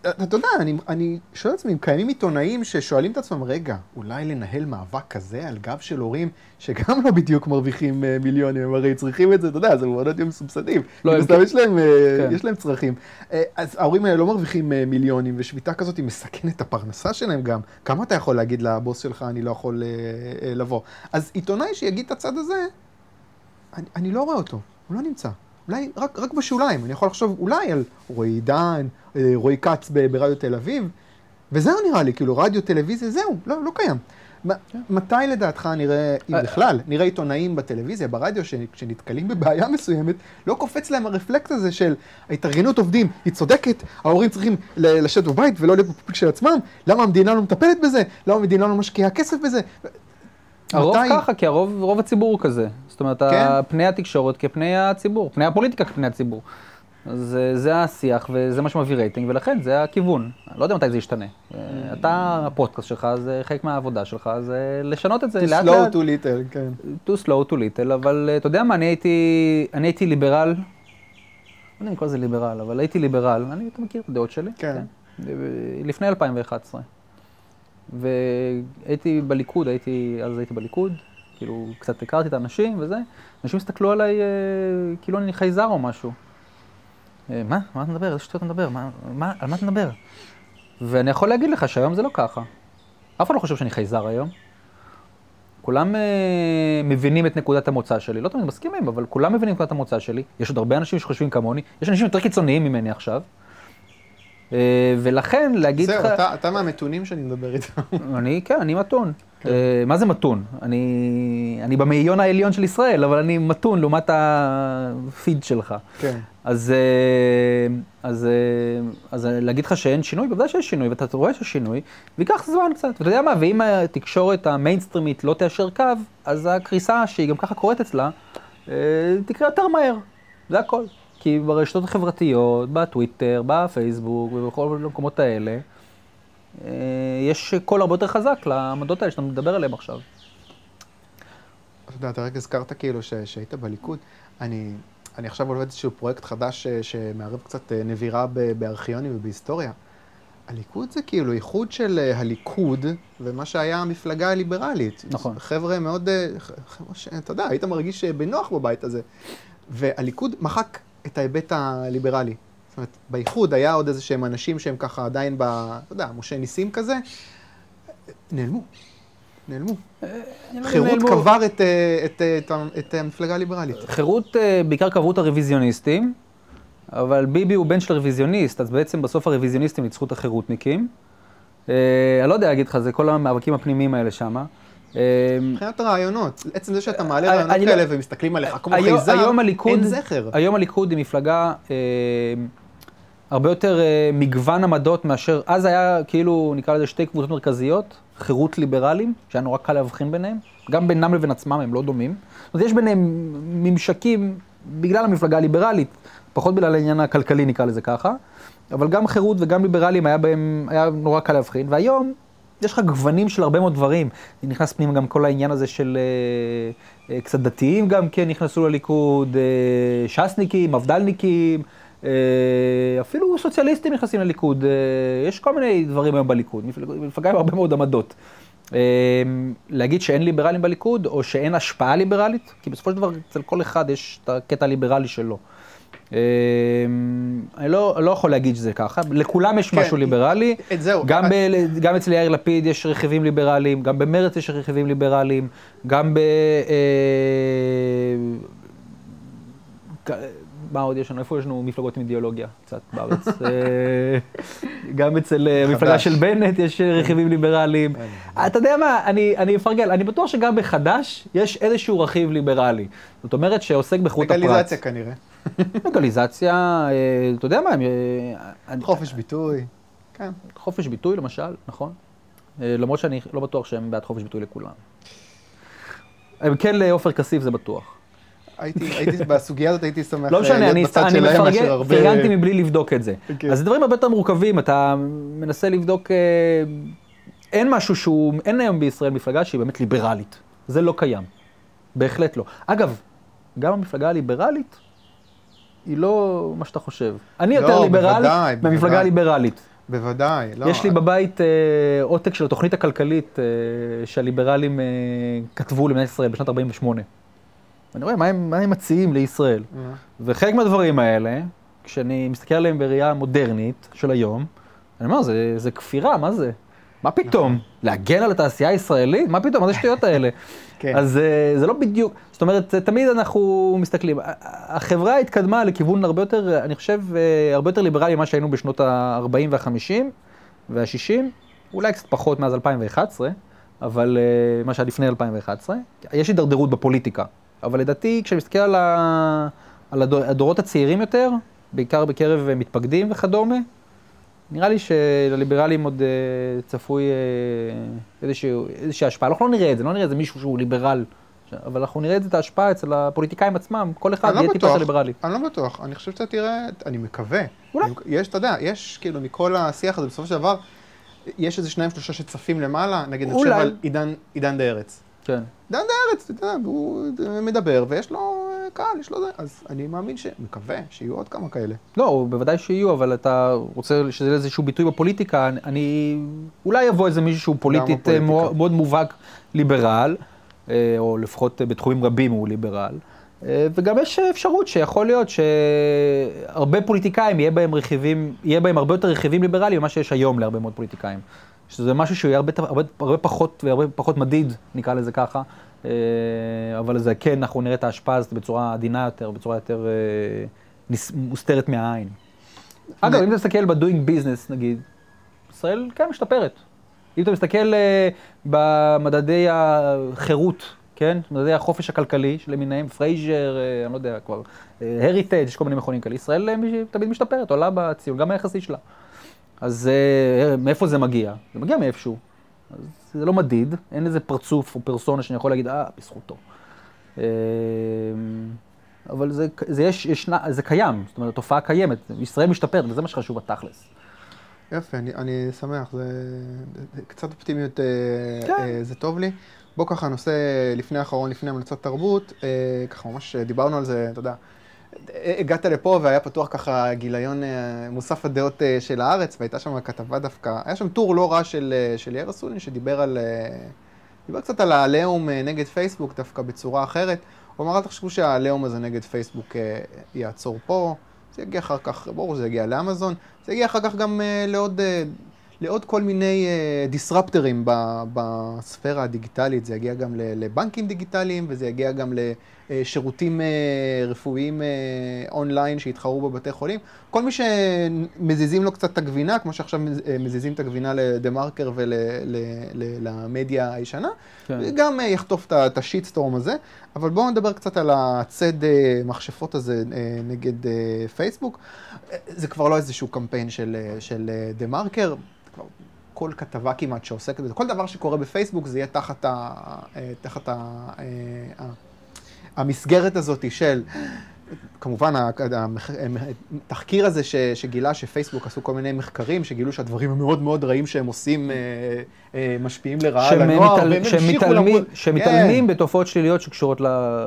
אתה יודע, אני, אני שואל את עצמי, אם קיימים עיתונאים ששואלים את עצמם, רגע, אולי לנהל מאבק כזה על גב של הורים, שגם לא בדיוק מרוויחים מיליונים, הם הרי צריכים את זה, אתה יודע, זה מעונות יום מסובסדים. לא, מסתם, יש להם, כן. יש להם צרכים. אז ההורים האלה לא מרוויחים מיליונים, ושביתה כזאת היא מסכנת את הפרנסה שלהם גם. כמה אתה יכול להגיד לבוס שלך, אני לא יכול לבוא? אז עיתונאי שיגיד את הצד הזה, אני, אני לא רואה אותו, הוא לא נמצא. אולי רק, רק בשוליים, אני יכול לחשוב אולי על רועי עידן, רועי כץ ברדיו תל אביב, וזהו נראה לי, כאילו רדיו, טלוויזיה, זהו, לא, לא קיים. מתי לדעתך נראה, אם בכלל, נראה עיתונאים בטלוויזיה, ברדיו, כשנתקלים בבעיה מסוימת, לא קופץ להם הרפלקט הזה של ההתארגנות עובדים, היא צודקת, ההורים צריכים לשבת בבית ולא להיות בפופיק של עצמם, למה המדינה לא מטפלת בזה, למה המדינה לא משקיעה כסף בזה? הרוב ככה, כי הרוב, רוב הציבור הוא כזה. זאת אומרת, כן? פני התקשורת כפני הציבור, פני הפוליטיקה כפני הציבור. אז זה השיח וזה מה שמביא רייטינג, ולכן זה הכיוון. אני לא יודע מתי זה ישתנה. אתה, הפודקאסט שלך, זה חלק מהעבודה שלך, זה לשנות את זה לאט לאט. Too slow, too little, כן. Too slow, too little, אבל אתה יודע מה, אני הייתי, אני הייתי ליברל, לא יודע אם כל זה ליברל, אבל הייתי ליברל, אני, אתה מכיר את הדעות שלי? כן. לפני אלפיים ואחת עשרה. והייתי בליכוד, הייתי, אז הייתי בליכוד, כאילו קצת הכרתי את האנשים וזה, אנשים הסתכלו עליי כאילו אני חייזר או משהו. מה? מה אתה מדבר? איזה שטויות אתה מדבר? מה, מה, על מה אתה מדבר? ואני יכול להגיד לך שהיום זה לא ככה. אף אחד לא חושב שאני חייזר היום. כולם מבינים את נקודת המוצא שלי, לא תמיד מסכימים, אבל כולם מבינים את נקודת המוצא שלי. יש עוד הרבה אנשים שחושבים כמוני, יש אנשים יותר קיצוניים ממני עכשיו. ולכן להגיד לך... זהו, אתה, אתה מהמתונים שאני מדבר איתם. אני, כן, אני מתון. כן. מה זה מתון? אני, אני במאיון העליון של ישראל, אבל אני מתון לעומת הפיד שלך. כן. אז, אז, אז להגיד לך שאין שינוי, בוודאי שיש שינוי, ואתה רואה שיש שינוי, ויקח זמן קצת. ואתה יודע מה, ואם התקשורת המיינסטרימית לא תיישר קו, אז הקריסה שהיא גם ככה קורית אצלה, תקרה יותר מהר. זה הכל. כי ברשתות החברתיות, בטוויטר, בפייסבוק ובכל המקומות האלה, יש קול הרבה יותר חזק לעמדות האלה שאתה מדבר עליהן עכשיו. אתה יודע, אתה רק הזכרת כאילו שהיית בליכוד. אני, אני עכשיו עובד איזשהו פרויקט חדש שמערב קצת נבירה בארכיונים ובהיסטוריה. הליכוד זה כאילו איחוד של הליכוד ומה שהיה המפלגה הליברלית. נכון. חבר'ה מאוד, חבר'ה שאתה יודע, היית מרגיש בנוח בבית הזה. והליכוד מחק את ההיבט הליברלי. זאת אומרת, בייחוד היה עוד איזה שהם אנשים שהם ככה עדיין ב... אתה יודע, משה ניסים כזה, נעלמו. נעלמו. חירות קבר את, את, את, את המפלגה הליברלית. חירות, בעיקר קברו את הרוויזיוניסטים, אבל ביבי הוא בן של הרוויזיוניסט, אז בעצם בסוף הרוויזיוניסטים ניצחו את החירותניקים. אני לא יודע להגיד לך, זה כל המאבקים הפנימיים האלה שמה. מבחינת הרעיונות, עצם זה שאתה מעלה רעיונות כאלה ומסתכלים עליך כמו חייזר, אין זכר. היום הליכוד היא מפלגה הרבה יותר מגוון עמדות מאשר, אז היה כאילו נקרא לזה שתי קבוצות מרכזיות, חירות ליברלים, שהיה נורא קל להבחין ביניהם, גם בינם לבין עצמם הם לא דומים. זאת אומרת, יש ביניהם ממשקים בגלל המפלגה הליברלית, פחות בגלל העניין הכלכלי נקרא לזה ככה, אבל גם חירות וגם ליברלים היה בהם, היה נורא קל להבחין, והיום יש לך גוונים של הרבה מאוד דברים. נכנס פנימה גם כל העניין הזה של אה, אה, קצת דתיים גם כן נכנסו לליכוד, אה, שסניקים, מבדלניקים, אה, אפילו סוציאליסטים נכנסים לליכוד. אה, יש כל מיני דברים היום בליכוד, מפלגה עם הרבה מאוד עמדות. אה, להגיד שאין ליברלים בליכוד או שאין השפעה ליברלית, כי בסופו של דבר אצל כל אחד יש את הקטע הליברלי שלו. אני לא, לא יכול להגיד שזה ככה, לכולם יש משהו ליברלי, גם, ב, גם אצל יאיר לפיד יש רכיבים ליברליים, גם במרץ יש רכיבים ליברליים, גם ב... מה עוד יש לנו? איפה יש לנו מפלגות עם אידיאולוגיה? קצת בארץ. גם אצל המפלגה של בנט יש רכיבים ליברליים. אתה יודע מה, אני, אני אפרגל, אני בטוח שגם בחדש יש איזשהו רכיב ליברלי. זאת אומרת שעוסק בחירות הפרט. לגליזציה כנראה. לגליזציה, אתה יודע מה? חופש ביטוי. כן. חופש ביטוי למשל, נכון. למרות שאני לא בטוח שהם בעד חופש ביטוי לכולם. הם כן לעופר כסיף זה בטוח. הייתי, הייתי, בסוגיה הזאת הייתי שמח לא משנה, אני פרגנתי מבלי לבדוק את זה. אז דברים הרבה יותר מורכבים, אתה מנסה לבדוק, אין משהו שהוא, אין היום בישראל מפלגה שהיא באמת ליברלית. זה לא קיים. בהחלט לא. אגב, גם המפלגה הליברלית, היא לא מה שאתה חושב. אני יותר ליברל מהמפלגה הליברלית. בוודאי, לא. יש לי בבית אה, עותק של התוכנית הכלכלית אה, שהליברלים אה, כתבו למדינת ישראל בשנת ארבעים ושמונה. אני רואה מה הם, מה הם מציעים לישראל. Mm-hmm. וחלק מהדברים האלה, כשאני מסתכל עליהם בראייה מודרנית של היום, אני אומר, זה, זה כפירה, מה זה? מה פתאום? להגן על התעשייה הישראלית? מה פתאום? מה זה שטויות האלה? כן. אז זה לא בדיוק, זאת אומרת, תמיד אנחנו מסתכלים. החברה התקדמה לכיוון הרבה יותר, אני חושב, הרבה יותר ליברלי ממה שהיינו בשנות ה-ארבעים וה-חמישים וה-שישים, אולי קצת פחות מאז אלפיים ואחת עשרה, אבל מה שהיה לפני אלפיים ואחת עשרה. יש הידרדרות בפוליטיקה, אבל לדעתי, כשאני מסתכל על, ה... על הדורות הצעירים יותר, בעיקר בקרב מתפקדים וכדומה, נראה לי שלליברלים עוד uh, צפוי uh, איזושהי, איזושהי השפעה. אנחנו לא נראה את זה, לא נראה את זה מישהו שהוא ליברל, אבל אנחנו נראה את זה, את ההשפעה אצל הפוליטיקאים עצמם, כל אחד יהיה טיפה של ליברלי. אני לא בטוח, אני חושב שאתה תראה, אני מקווה. אולי. יש, אתה יודע, יש כאילו מכל השיח הזה, בסופו של דבר, יש איזה שניים שלושה שצפים למעלה, נגיד נחשב על עידן, עידן דה ארץ. כן. עידן דה ארץ, אתה יודע, הוא מדבר ויש לו קהל, יש לו זה, אז אני מאמין שמקווה שיהיו עוד כמה כאלה. לא, בוודאי שיהיו, אבל אתה רוצה שזה איזשהו ביטוי בפוליטיקה, אני, אולי יבוא איזה מישהו שהוא פוליטית מאוד מובהק ליברל, או לפחות בתחומים רבים הוא ליברל, וגם יש אפשרות שיכול להיות שהרבה פוליטיקאים יהיה בהם רכיבים, יהיה בהם הרבה יותר רכיבים ליברליים ממה שיש היום להרבה מאוד פוליטיקאים. שזה משהו שהוא יהיה הרבה, הרבה, הרבה פחות והרבה פחות מדיד, נקרא לזה ככה, אבל זה כן, אנחנו נראה את ההשפעה הזאת בצורה עדינה יותר, בצורה יותר מוסתרת מהעין. אגב, אם אתה מסתכל ב-doing business, נגיד, ישראל כן משתפרת. אם אתה מסתכל במדדי החירות, כן? מדדי החופש הכלכלי שלמיניהם, פרייזר, אני לא יודע, כבר, הריטג', יש כל מיני מכונים כאלה. ישראל תמיד משתפרת, עולה בציון, גם היחסי שלה. אז מאיפה זה מגיע? זה מגיע מאיפשהו. אז זה לא מדיד, אין איזה פרצוף או פרסונה שאני יכול להגיד, אה, בזכותו. אבל זה, זה, יש, יש, זה קיים, זאת אומרת, תופעה קיימת. ישראל משתפרת, וזה מה שחשוב בתכלס. יפה, אני, אני שמח, זה, זה קצת אופטימיות, כן. זה טוב לי. בוא ככה, נושא לפני האחרון, לפני המלצות תרבות, ככה ממש דיברנו על זה, אתה יודע, הגעת לפה והיה פתוח ככה גיליון מוסף הדעות של הארץ, והייתה שם כתבה דווקא, היה שם טור לא רע של, של יאיר אסולין שדיבר על, דיבר קצת על העליהום נגד פייסבוק דווקא בצורה אחרת. הוא אמר, אל תחשבו שהעליהום הזה נגד פייסבוק יעצור פה, זה יגיע אחר כך, ברור שזה יגיע לאמזון, זה יגיע אחר כך גם לעוד, לעוד כל מיני דיסרפטרים בספירה הדיגיטלית, זה יגיע גם לבנקים דיגיטליים וזה יגיע גם לשירותים רפואיים אונליין שהתחרו בבתי חולים. כל מי שמזיזים לו קצת את הגבינה, כמו שעכשיו מזיזים את הגבינה לדה-מרקר ולמדיה הישנה, כן. גם יחטוף את השיטסטורם הזה. אבל בואו נדבר קצת על הצד מכשפות הזה נגד פייסבוק. זה כבר לא איזשהו קמפיין של, של דה-מרקר, כבר כל כתבה כמעט שעוסקת בזה, כל דבר שקורה בפייסבוק זה יהיה תחת, ה, תחת ה, ה, המסגרת הזאת של, כמובן, התחקיר הזה ש, שגילה שפייסבוק עשו כל מיני מחקרים, שגילו שהדברים המאוד מאוד רעים שהם עושים משפיעים לרעה על הנוער, והם המשיכו למות. שמתעלמים בתופעות שליליות שקשורות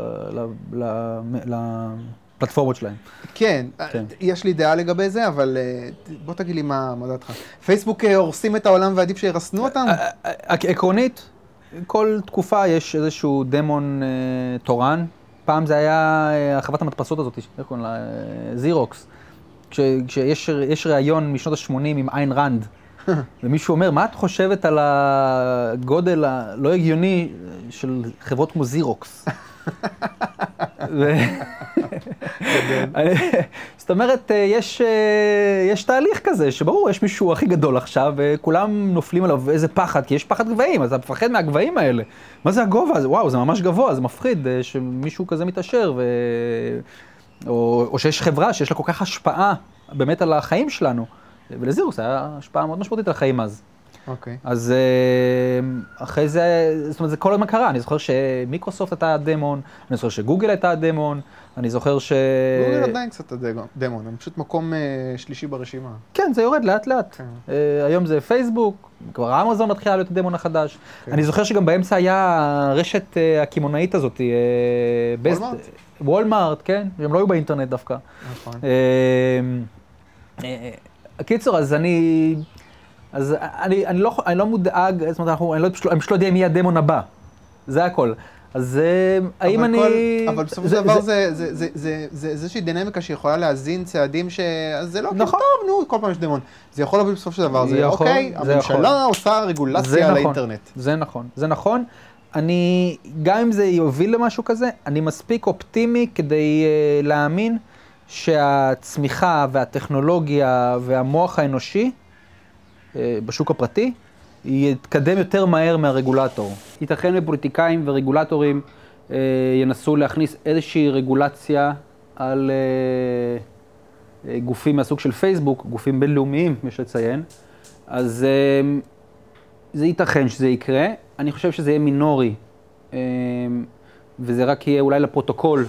לפלטפורמות שלהם. כן, יש לי דעה לגבי זה, אבל בוא תגיד לי מה דעתך. פייסבוק הורסים את העולם ועדיף שירסנו אותם? עקרונית, כל תקופה יש איזשהו דמון תורן. פעם זה היה הרחבת המדפסות הזאת, איך קוראים לה? זירוקס. כשיש ראיון משנות ה-שמונים עם איין רנד, ומישהו אומר, מה את חושבת על הגודל הלא הגיוני של חברות כמו זירוקס? זאת אומרת, יש, יש תהליך כזה, שברור, יש מישהו הכי גדול עכשיו, וכולם נופלים עליו איזה פחד, כי יש פחד גבהים, אז אתה מפחד מהגבהים האלה. מה זה הגובה הזה? וואו, זה ממש גבוה, זה מפחיד שמישהו כזה מתאשר, ו... או, או שיש חברה שיש לה כל כך השפעה באמת על החיים שלנו. ולזירוקס היה השפעה מאוד משמעותית על החיים אז. אוקיי. אז אחרי זה, זאת אומרת, זה כל הזמן קרה. אני זוכר שמיקרוסופט הייתה הדמון, אני זוכר שגוגל הייתה הדמון, אני זוכר ש... גוגל עדיין קצת הדמון, הם פשוט מקום שלישי ברשימה. כן, זה יורד לאט לאט. היום זה פייסבוק, כבר אמזון מתחילה להיות הדמון החדש. אני זוכר שגם באמצע היה רשת הקימונאית הזאת, וולמארט? וולמארט, כן, הם לא היו באינטרנט דווקא. נכון. קיצור, אז אני... אז אני, אני, לא, אני לא מודאג, זאת אומרת, אנחנו, אני, לא, אני פשוט לא יודע מי הדמון הבא. זה הכל. אז האם אני... כל, אבל בסופו של דבר זה, זה, זה, זה, זה, זה איזושהי דינמיקה שיכולה להזין צעדים ש... אז זה לא כאילו נכון. טוב, נו, כל פעם יש דמון. זה יכול להביא בסופו של דבר, זה יכול, אוקיי, זה הממשלה יכול. עושה רגולציה על נכון, האינטרנט. זה נכון, זה נכון. אני, גם אם זה יוביל למשהו כזה, אני מספיק אופטימי כדי uh, להאמין שהצמיחה והטכנולוגיה והמוח האנושי uh, בשוק הפרטי יתקדם יותר מהר מהרגולטור. ייתכן לפוליטיקאים ורגולטורים uh, ינסו להכניס איזושהי רגולציה על uh, uh, גופים מהסוג של פייסבוק, גופים בינלאומיים, יש לציין. אז uh, זה ייתכן שזה יקרה. אני חושב שזה יהיה מינורי, וזה רק יהיה אולי לפרוטוקול,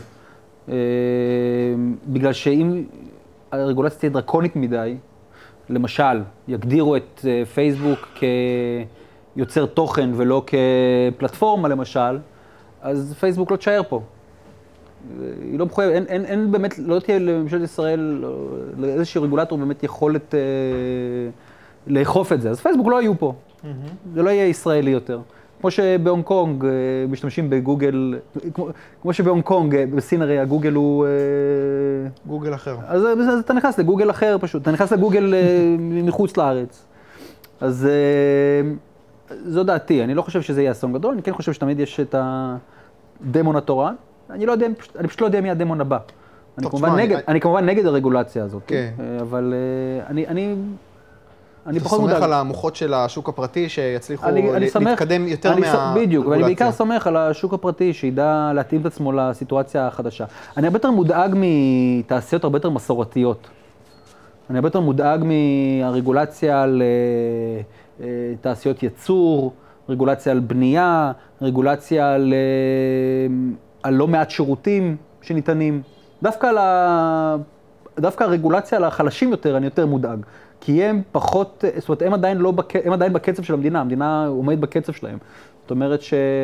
בגלל שאם הרגולציה תהיה דרקונית מדי, למשל, יגדירו את פייסבוק כיוצר תוכן ולא כפלטפורמה למשל, אז פייסבוק לא תשאר פה. היא לא מחויבת, אין, אין, אין באמת, לא תהיה לממשלת ישראל, לאיזשהו רגולטור באמת יכולת אה, לאכוף את זה, אז פייסבוק לא יהיו פה. Mm-hmm. זה לא יהיה ישראלי יותר. כמו שבהונג קונג אה, משתמשים בגוגל, כמו, כמו שבהונג קונג, אה, בסין הרי הגוגל הוא... אה, גוגל אחר. אז, אז, אז אתה נכנס לגוגל אחר פשוט, אתה נכנס לגוגל אה, מחוץ לארץ. אז אה, זו דעתי, אני לא חושב שזה יהיה אסון גדול, אני כן חושב שתמיד יש את הדמון התורן. אני לא יודע, אני פשוט לא יודע מי הדמון הבא. אני כמובן נגד, אני כמובן נגד הרגולציה הזאת, אבל אני, אני, אני פחות מודאג. אתה סומך על המוחות של השוק הפרטי שיצליחו להתקדם יותר מהרגולציה. בדיוק, ואני בעיקר סומך על השוק הפרטי שידע להתאים את עצמו לסיטואציה החדשה. אני הרבה יותר מודאג מתעשיות הרבה יותר מסורתיות. אני הרבה יותר מודאג מהרגולציה על תעשיות ייצור, רגולציה על בנייה, רגולציה על... על לא מעט שירותים שניתנים. דווקא, לה... דווקא הרגולציה על החלשים יותר, אני יותר מודאג. כי הם פחות, זאת אומרת, הם עדיין, לא בק... הם עדיין בקצב של המדינה, המדינה עומדת בקצב שלהם. זאת אומרת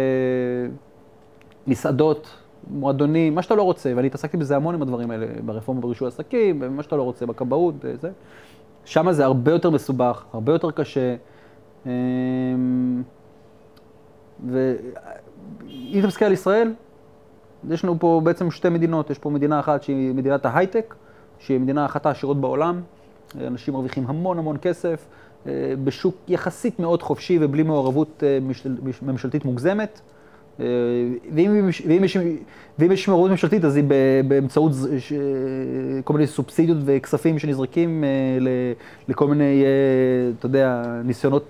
שמסעדות, מועדונים, מה שאתה לא רוצה, ואני התעסקתי בזה המון עם הדברים האלה, ברפורמה ברישוי עסקים, מה שאתה לא רוצה, בכבאות, זה. שם זה הרבה יותר מסובך, הרבה יותר קשה. ואם אתה מסתכל על ישראל, יש לנו פה בעצם שתי מדינות, יש פה מדינה אחת שהיא מדינת ההייטק, שהיא מדינה אחת העשירות בעולם, אנשים מרוויחים המון המון כסף, בשוק יחסית מאוד חופשי ובלי מעורבות ממשלתית מוגזמת, ואם, ואם, יש, ואם יש מעורבות ממשלתית אז היא באמצעות כל מיני סובסידיות וכספים שנזרקים לכל מיני, אתה יודע, ניסיונות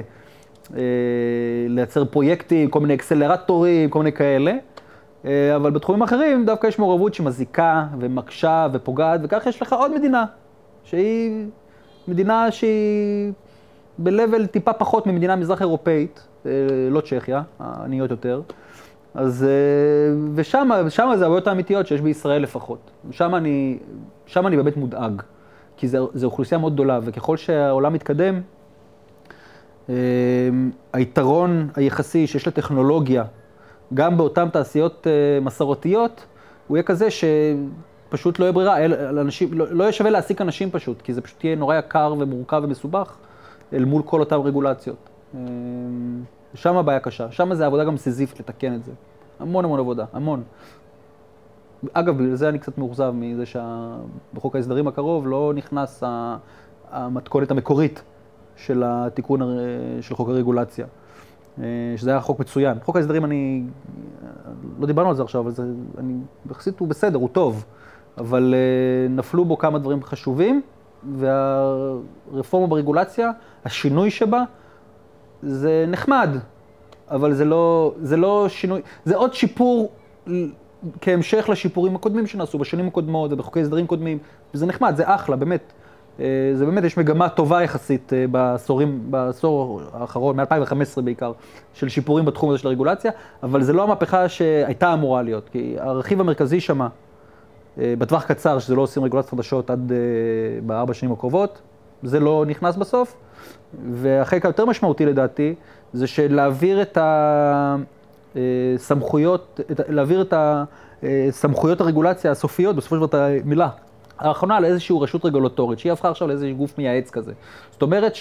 לייצר פרויקטים, כל מיני אקסלרטורים, כל מיני כאלה. אבל בתחומים אחרים דווקא יש מעורבות שמזיקה ומקשה ופוגעת, וכך יש לך עוד מדינה, שהיא מדינה שהיא בלבל טיפה פחות ממדינה מזרח אירופאית, לא צ'כיה, העניות יותר. אז, ושם, שם זה הרבה יותר אמיתיות שיש בישראל לפחות. שם אני, שם אני באמת מודאג, כי זה, זה אוכלוסייה מאוד גדולה, וככל שהעולם מתקדם, היתרון היחסי שיש לטכנולוגיה, גם באותן תעשיות מסורתיות, הוא יהיה כזה שפשוט לא יהיה ברירה, אנשים, לא, לא יהיה שווה להעסיק אנשים פשוט, כי זה פשוט יהיה נורא יקר ומורכב ומסובך אל מול כל אותן רגולציות. שם הבעיה קשה, שם זה עבודה גם סיזיפית לתקן את זה. המון המון עבודה, המון. אגב, בגלל זה אני קצת מאוכזב מזה שבחוק ההסדרים הקרוב לא נכנס המתכונת המקורית של התיקון של חוק הרגולציה. שזה היה חוק מצוין. חוק ההסדרים אני, לא דיברנו על זה עכשיו, אבל זה, אני, יחסית הוא בסדר, הוא טוב, אבל נפלו בו כמה דברים חשובים, והרפורמה ברגולציה, השינוי שבה, זה נחמד, אבל זה לא, זה לא שינוי, זה עוד שיפור כהמשך לשיפורים הקודמים שנעשו, בשנים הקודמות ובחוקי הסדרים קודמים, וזה נחמד, זה אחלה, באמת. זה באמת, יש מגמה טובה יחסית בעשורים, בעשור האחרון, מ-אלפיים וחמש עשרה בעיקר, של שיפורים בתחום הזה של הרגולציה, אבל זה לא המהפכה שהייתה אמורה להיות, כי הרכיב המרכזי שמה, בטווח קצר, שזה לא עושים רגולציות חדשות עד בארבע שנים הקרובות, זה לא נכנס בסוף, והחלק היותר משמעותי לדעתי, זה שלהעביר את הסמכויות, להעביר את הסמכויות הרגולציה הסופיות, בסופו של דבר את המילה, האחרונה לאיזושהי רשות רגולטורית, שהיא הפכה עכשיו לאיזשהו גוף מייעץ כזה. זאת אומרת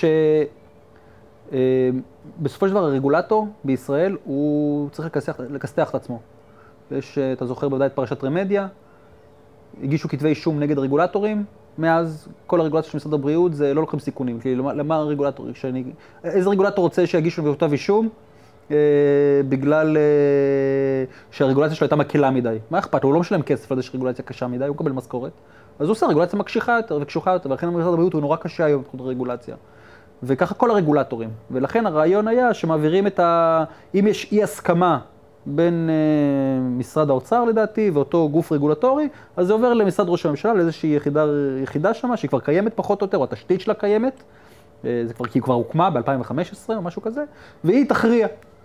שבסופו של דבר הרגולטור בישראל הוא צריך לכסתח, לכסתח את עצמו. יש, אתה זוכר בוודאי את פרשת רמדיה, הגישו כתבי אישום נגד רגולטורים, מאז כל הרגולציה של משרד הבריאות זה לא לוקחים סיכונים. כאילו, למה הרגולטור, שאני, איזה רגולטור רוצה שיגישו כתב אישום? אה, בגלל אה, שהרגולציה שלו הייתה מקלה מדי. מה אכפת? הוא לא משלם כסף על זה שרגולציה קשה מדי, הוא מקבל משכורת. אז הוא עושה רגולציה מקשיחה יותר וקשוחה יותר, ולכן משרד הבריאות הוא נורא קשה היום בתחום הרגולציה. וככה כל הרגולטורים. ולכן הרעיון היה שמעבירים את ה... אם יש אי הסכמה בין אה, משרד האוצר לדעתי ואותו גוף רגולטורי, אז זה עובר למשרד ראש הממשלה, לאיזושהי יחידה, יחידה שמה, שהיא כבר קיימת פחות או יותר, או התשתית שלה קיימת, אה, זה כבר, כי היא כבר הוקמה ב-אלפיים וחמש עשרה או משהו כזה, והיא תכריע.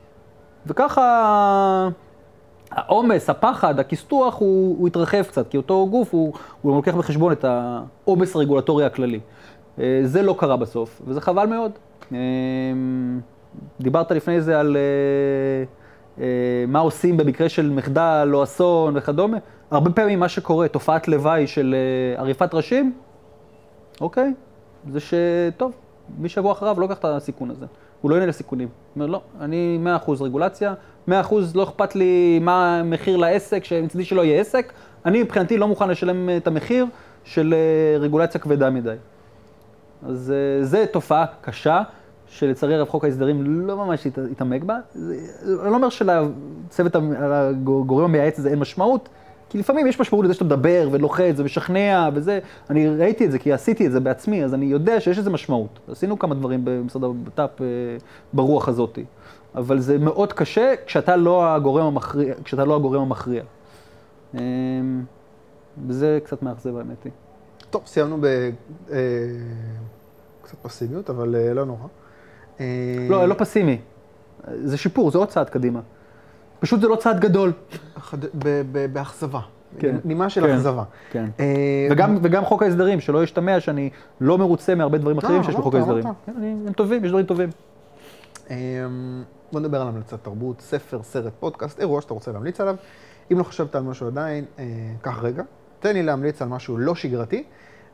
וככה העומס, הפחד, הכסתוח, הוא, הוא התרחב קצת, כי אותו גוף הוא, הוא לוקח בחשבון את העומס הרגולטורי הכללי. אה, זה לא קרה בסוף, וזה חבל מאוד. אה, דיברת לפני זה על... אה, מה עושים במקרה של מחדל או אסון וכדומה. הרבה פעמים מה שקורה, תופעת לוואי של עריפת ראשים, אוקיי, זה שטוב, מי שיבוא אחריו לא לקח את הסיכון הזה. הוא לא יענה לסיכונים. הוא אומר, לא, אני מאה אחוז רגולציה, מאה אחוז לא אכפת לי מה המחיר לעסק, שמצדי שלא יהיה עסק, אני מבחינתי לא מוכן לשלם את המחיר של רגולציה כבדה מדי. אז זה תופעה קשה. שלצערי הרב חוק ההסדרים לא ממש התעמק בה. אני לא אומר שלצוות הגורם המייעץ הזה אין משמעות, כי לפעמים יש משמעות לזה שאתה מדבר ולוחץ ומשכנע וזה. אני ראיתי את זה כי עשיתי את זה בעצמי, אז אני יודע שיש איזה משמעות. עשינו כמה דברים במשרד הבט"פ ברוח הזאת. אבל זה מאוד קשה כשאתה לא הגורם המכריע, כשאתה לא הגורם המכריע. וזה קצת מאכזב האמת היא. טוב, סיימנו בקצת פסימיות, אבל לא נורא. לא, לא פסימי. זה שיפור, זה עוד צעד קדימה. פשוט זה לא צעד גדול. באכזבה. כן. נימה של אכזבה. כן. וגם, וגם חוק ההסדרים, שלא ישתמע שאני לא מרוצה מהרבה דברים אחרים שיש בחוק ההסדרים. הם טובים, יש דברים טובים. בוא נדבר על המלצת תרבות, ספר, סרט, פודקאסט, אירוע שאתה רוצה להמליץ עליו. אם לא חשבת על משהו עדיין, קח רגע. תן לי להמליץ על משהו לא שגרתי.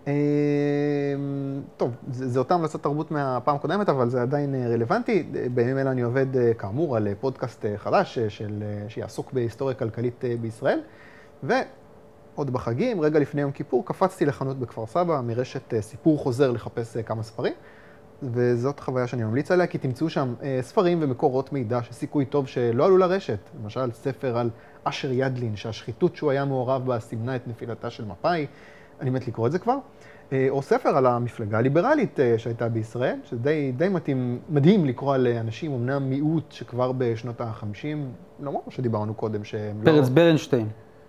טוב, זה אותה המלצת תרבות מהפעם הקודמת, אבל זה עדיין רלוונטי. בימים אלה אני עובד כאמור על פודקאסט חדש של, שיעסוק בהיסטוריה כלכלית בישראל. ועוד בחגים, רגע לפני יום כיפור, קפצתי לחנות בכפר סבא, מרשת סיפור חוזר לחפש כמה ספרים. וזאת חוויה שאני ממליץ עליה, כי תמצאו שם ספרים ומקורות מידע שסיכוי טוב שלא עלו לרשת. למשל, ספר על אשר ידלין, שהשחיתות שהוא היה מעורב בה סימנה את נפילתה של מפא"י. אני מת לקרוא את זה כבר. או ספר על המפלגה הליברלית שהייתה בישראל, שזה די, די מתאים, מדהים לקרוא על אנשים, אמנם מיעוט שכבר בשנות ה-חמישים, לא מה שדיברנו קודם, שהם לא... פרץ ברנשטיין.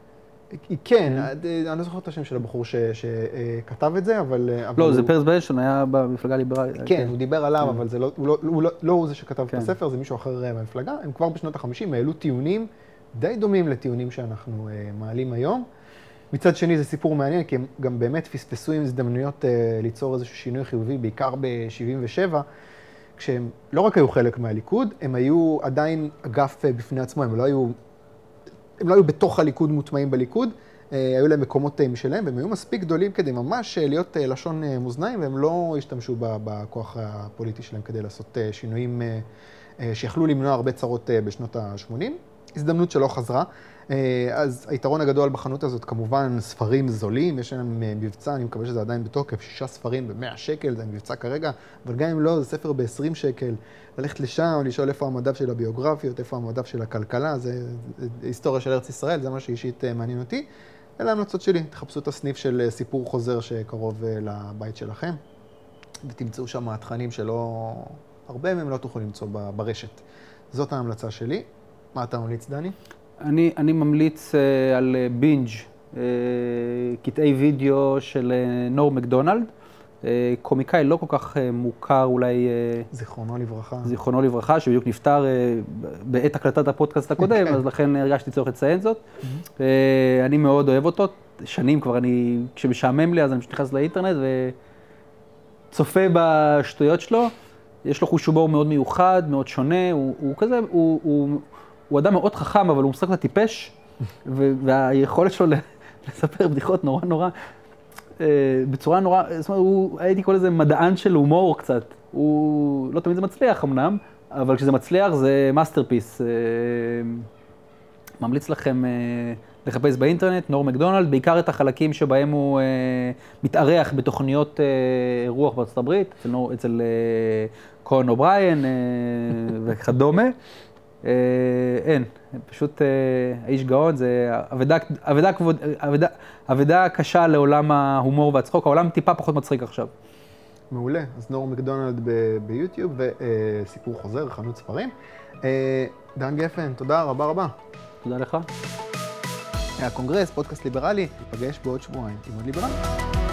כן, אני לא זוכר את השם של הבחור שכתב את זה, אבל... לא, זה פרץ ברנשטיין, היה במפלגה הליברלית. כן, הוא דיבר עליו, אבל לא הוא זה שכתב את הספר, זה מישהו אחר במפלגה. הם כבר בשנות ה-חמישים העלו טיעונים די דומים לטיעונים שאנחנו מעלים היום. מצד שני זה סיפור מעניין, כי הם גם באמת פספסו עם הזדמנויות ליצור איזשהו שינוי חיובי, בעיקר ב-שבעים ושבע, כשהם לא רק היו חלק מהליכוד, הם היו עדיין אגף בפני עצמו, הם לא היו, הם לא היו בתוך הליכוד מוטמעים בליכוד, היו להם מקומות משלהם, והם היו מספיק גדולים כדי ממש להיות לשון מאזניים, והם לא השתמשו בכוח הפוליטי שלהם כדי לעשות שינויים שיכלו למנוע הרבה צרות בשנות ה-שמונים. הזדמנות שלא חזרה. אז היתרון הגדול בחנות הזאת, כמובן, ספרים זולים, יש להם מבצע, אני מקווה שזה עדיין בתוקף, שישה ספרים ב-מאה שקל, זה מבצע כרגע, אבל גם אם לא, זה ספר ב-עשרים שקל, ללכת לשם, לשאול איפה המדף של הביוגרפיות, איפה המדף של הכלכלה, זה, זה היסטוריה של ארץ ישראל, זה מה שאישית מעניין אותי. אלה ההמלצות שלי, תחפשו את הסניף של סיפור חוזר שקרוב לבית שלכם, ותמצאו שם התכנים שלא, הרבה מהם לא תוכלו למצוא ברשת. זאת ההמלצה שלי. מה אתה ממליץ, דני? אני, אני ממליץ uh, על בינג', uh, קטעי וידאו של uh, נור מקדונלד, uh, קומיקאי לא כל כך uh, מוכר אולי... Uh, זיכרונו לברכה. זיכרונו לברכה, שבדיוק נפטר uh, בעת הקלטת הפודקאסט הקודם, אז לכן הרגשתי צורך לציין זאת. uh, אני מאוד אוהב אותו, שנים כבר אני, כשמשעמם לי אז אני נכנס לאינטרנט וצופה בשטויות שלו. יש לו חוש הומור מאוד מיוחד, מאוד שונה, הוא, הוא כזה, הוא, הוא, הוא אדם מאוד חכם, אבל הוא משחק לטיפש, והיכולת שלו לספר בדיחות נורא נורא בצורה נורא, זאת אומרת, הוא, הייתי קורא לזה מדען של הומור קצת. הוא, לא תמיד זה מצליח אמנם, אבל כשזה מצליח זה מאסטרפיס. ממליץ לכם לחפש באינטרנט, נורם מקדונלד, בעיקר את החלקים שבהם הוא מתארח בתוכניות רוח בארצות הברית, אצל, אצל קולן אובריין וכדומה. אין, פשוט האיש גאון, זה אבדה, אבדה, אבדה, אבדה קשה לעולם ההומור והצחוק, העולם טיפה פחות מצחיק עכשיו. מעולה, אז נורם מקדונלד ביוטיוב וסיפור חוזר, חנות ספרים. דן גפן, תודה רבה רבה. תודה לך. היה קונגרס, פודקאסט ליברלי, ניפגש בעוד שבועיים עם עוד ליברלי.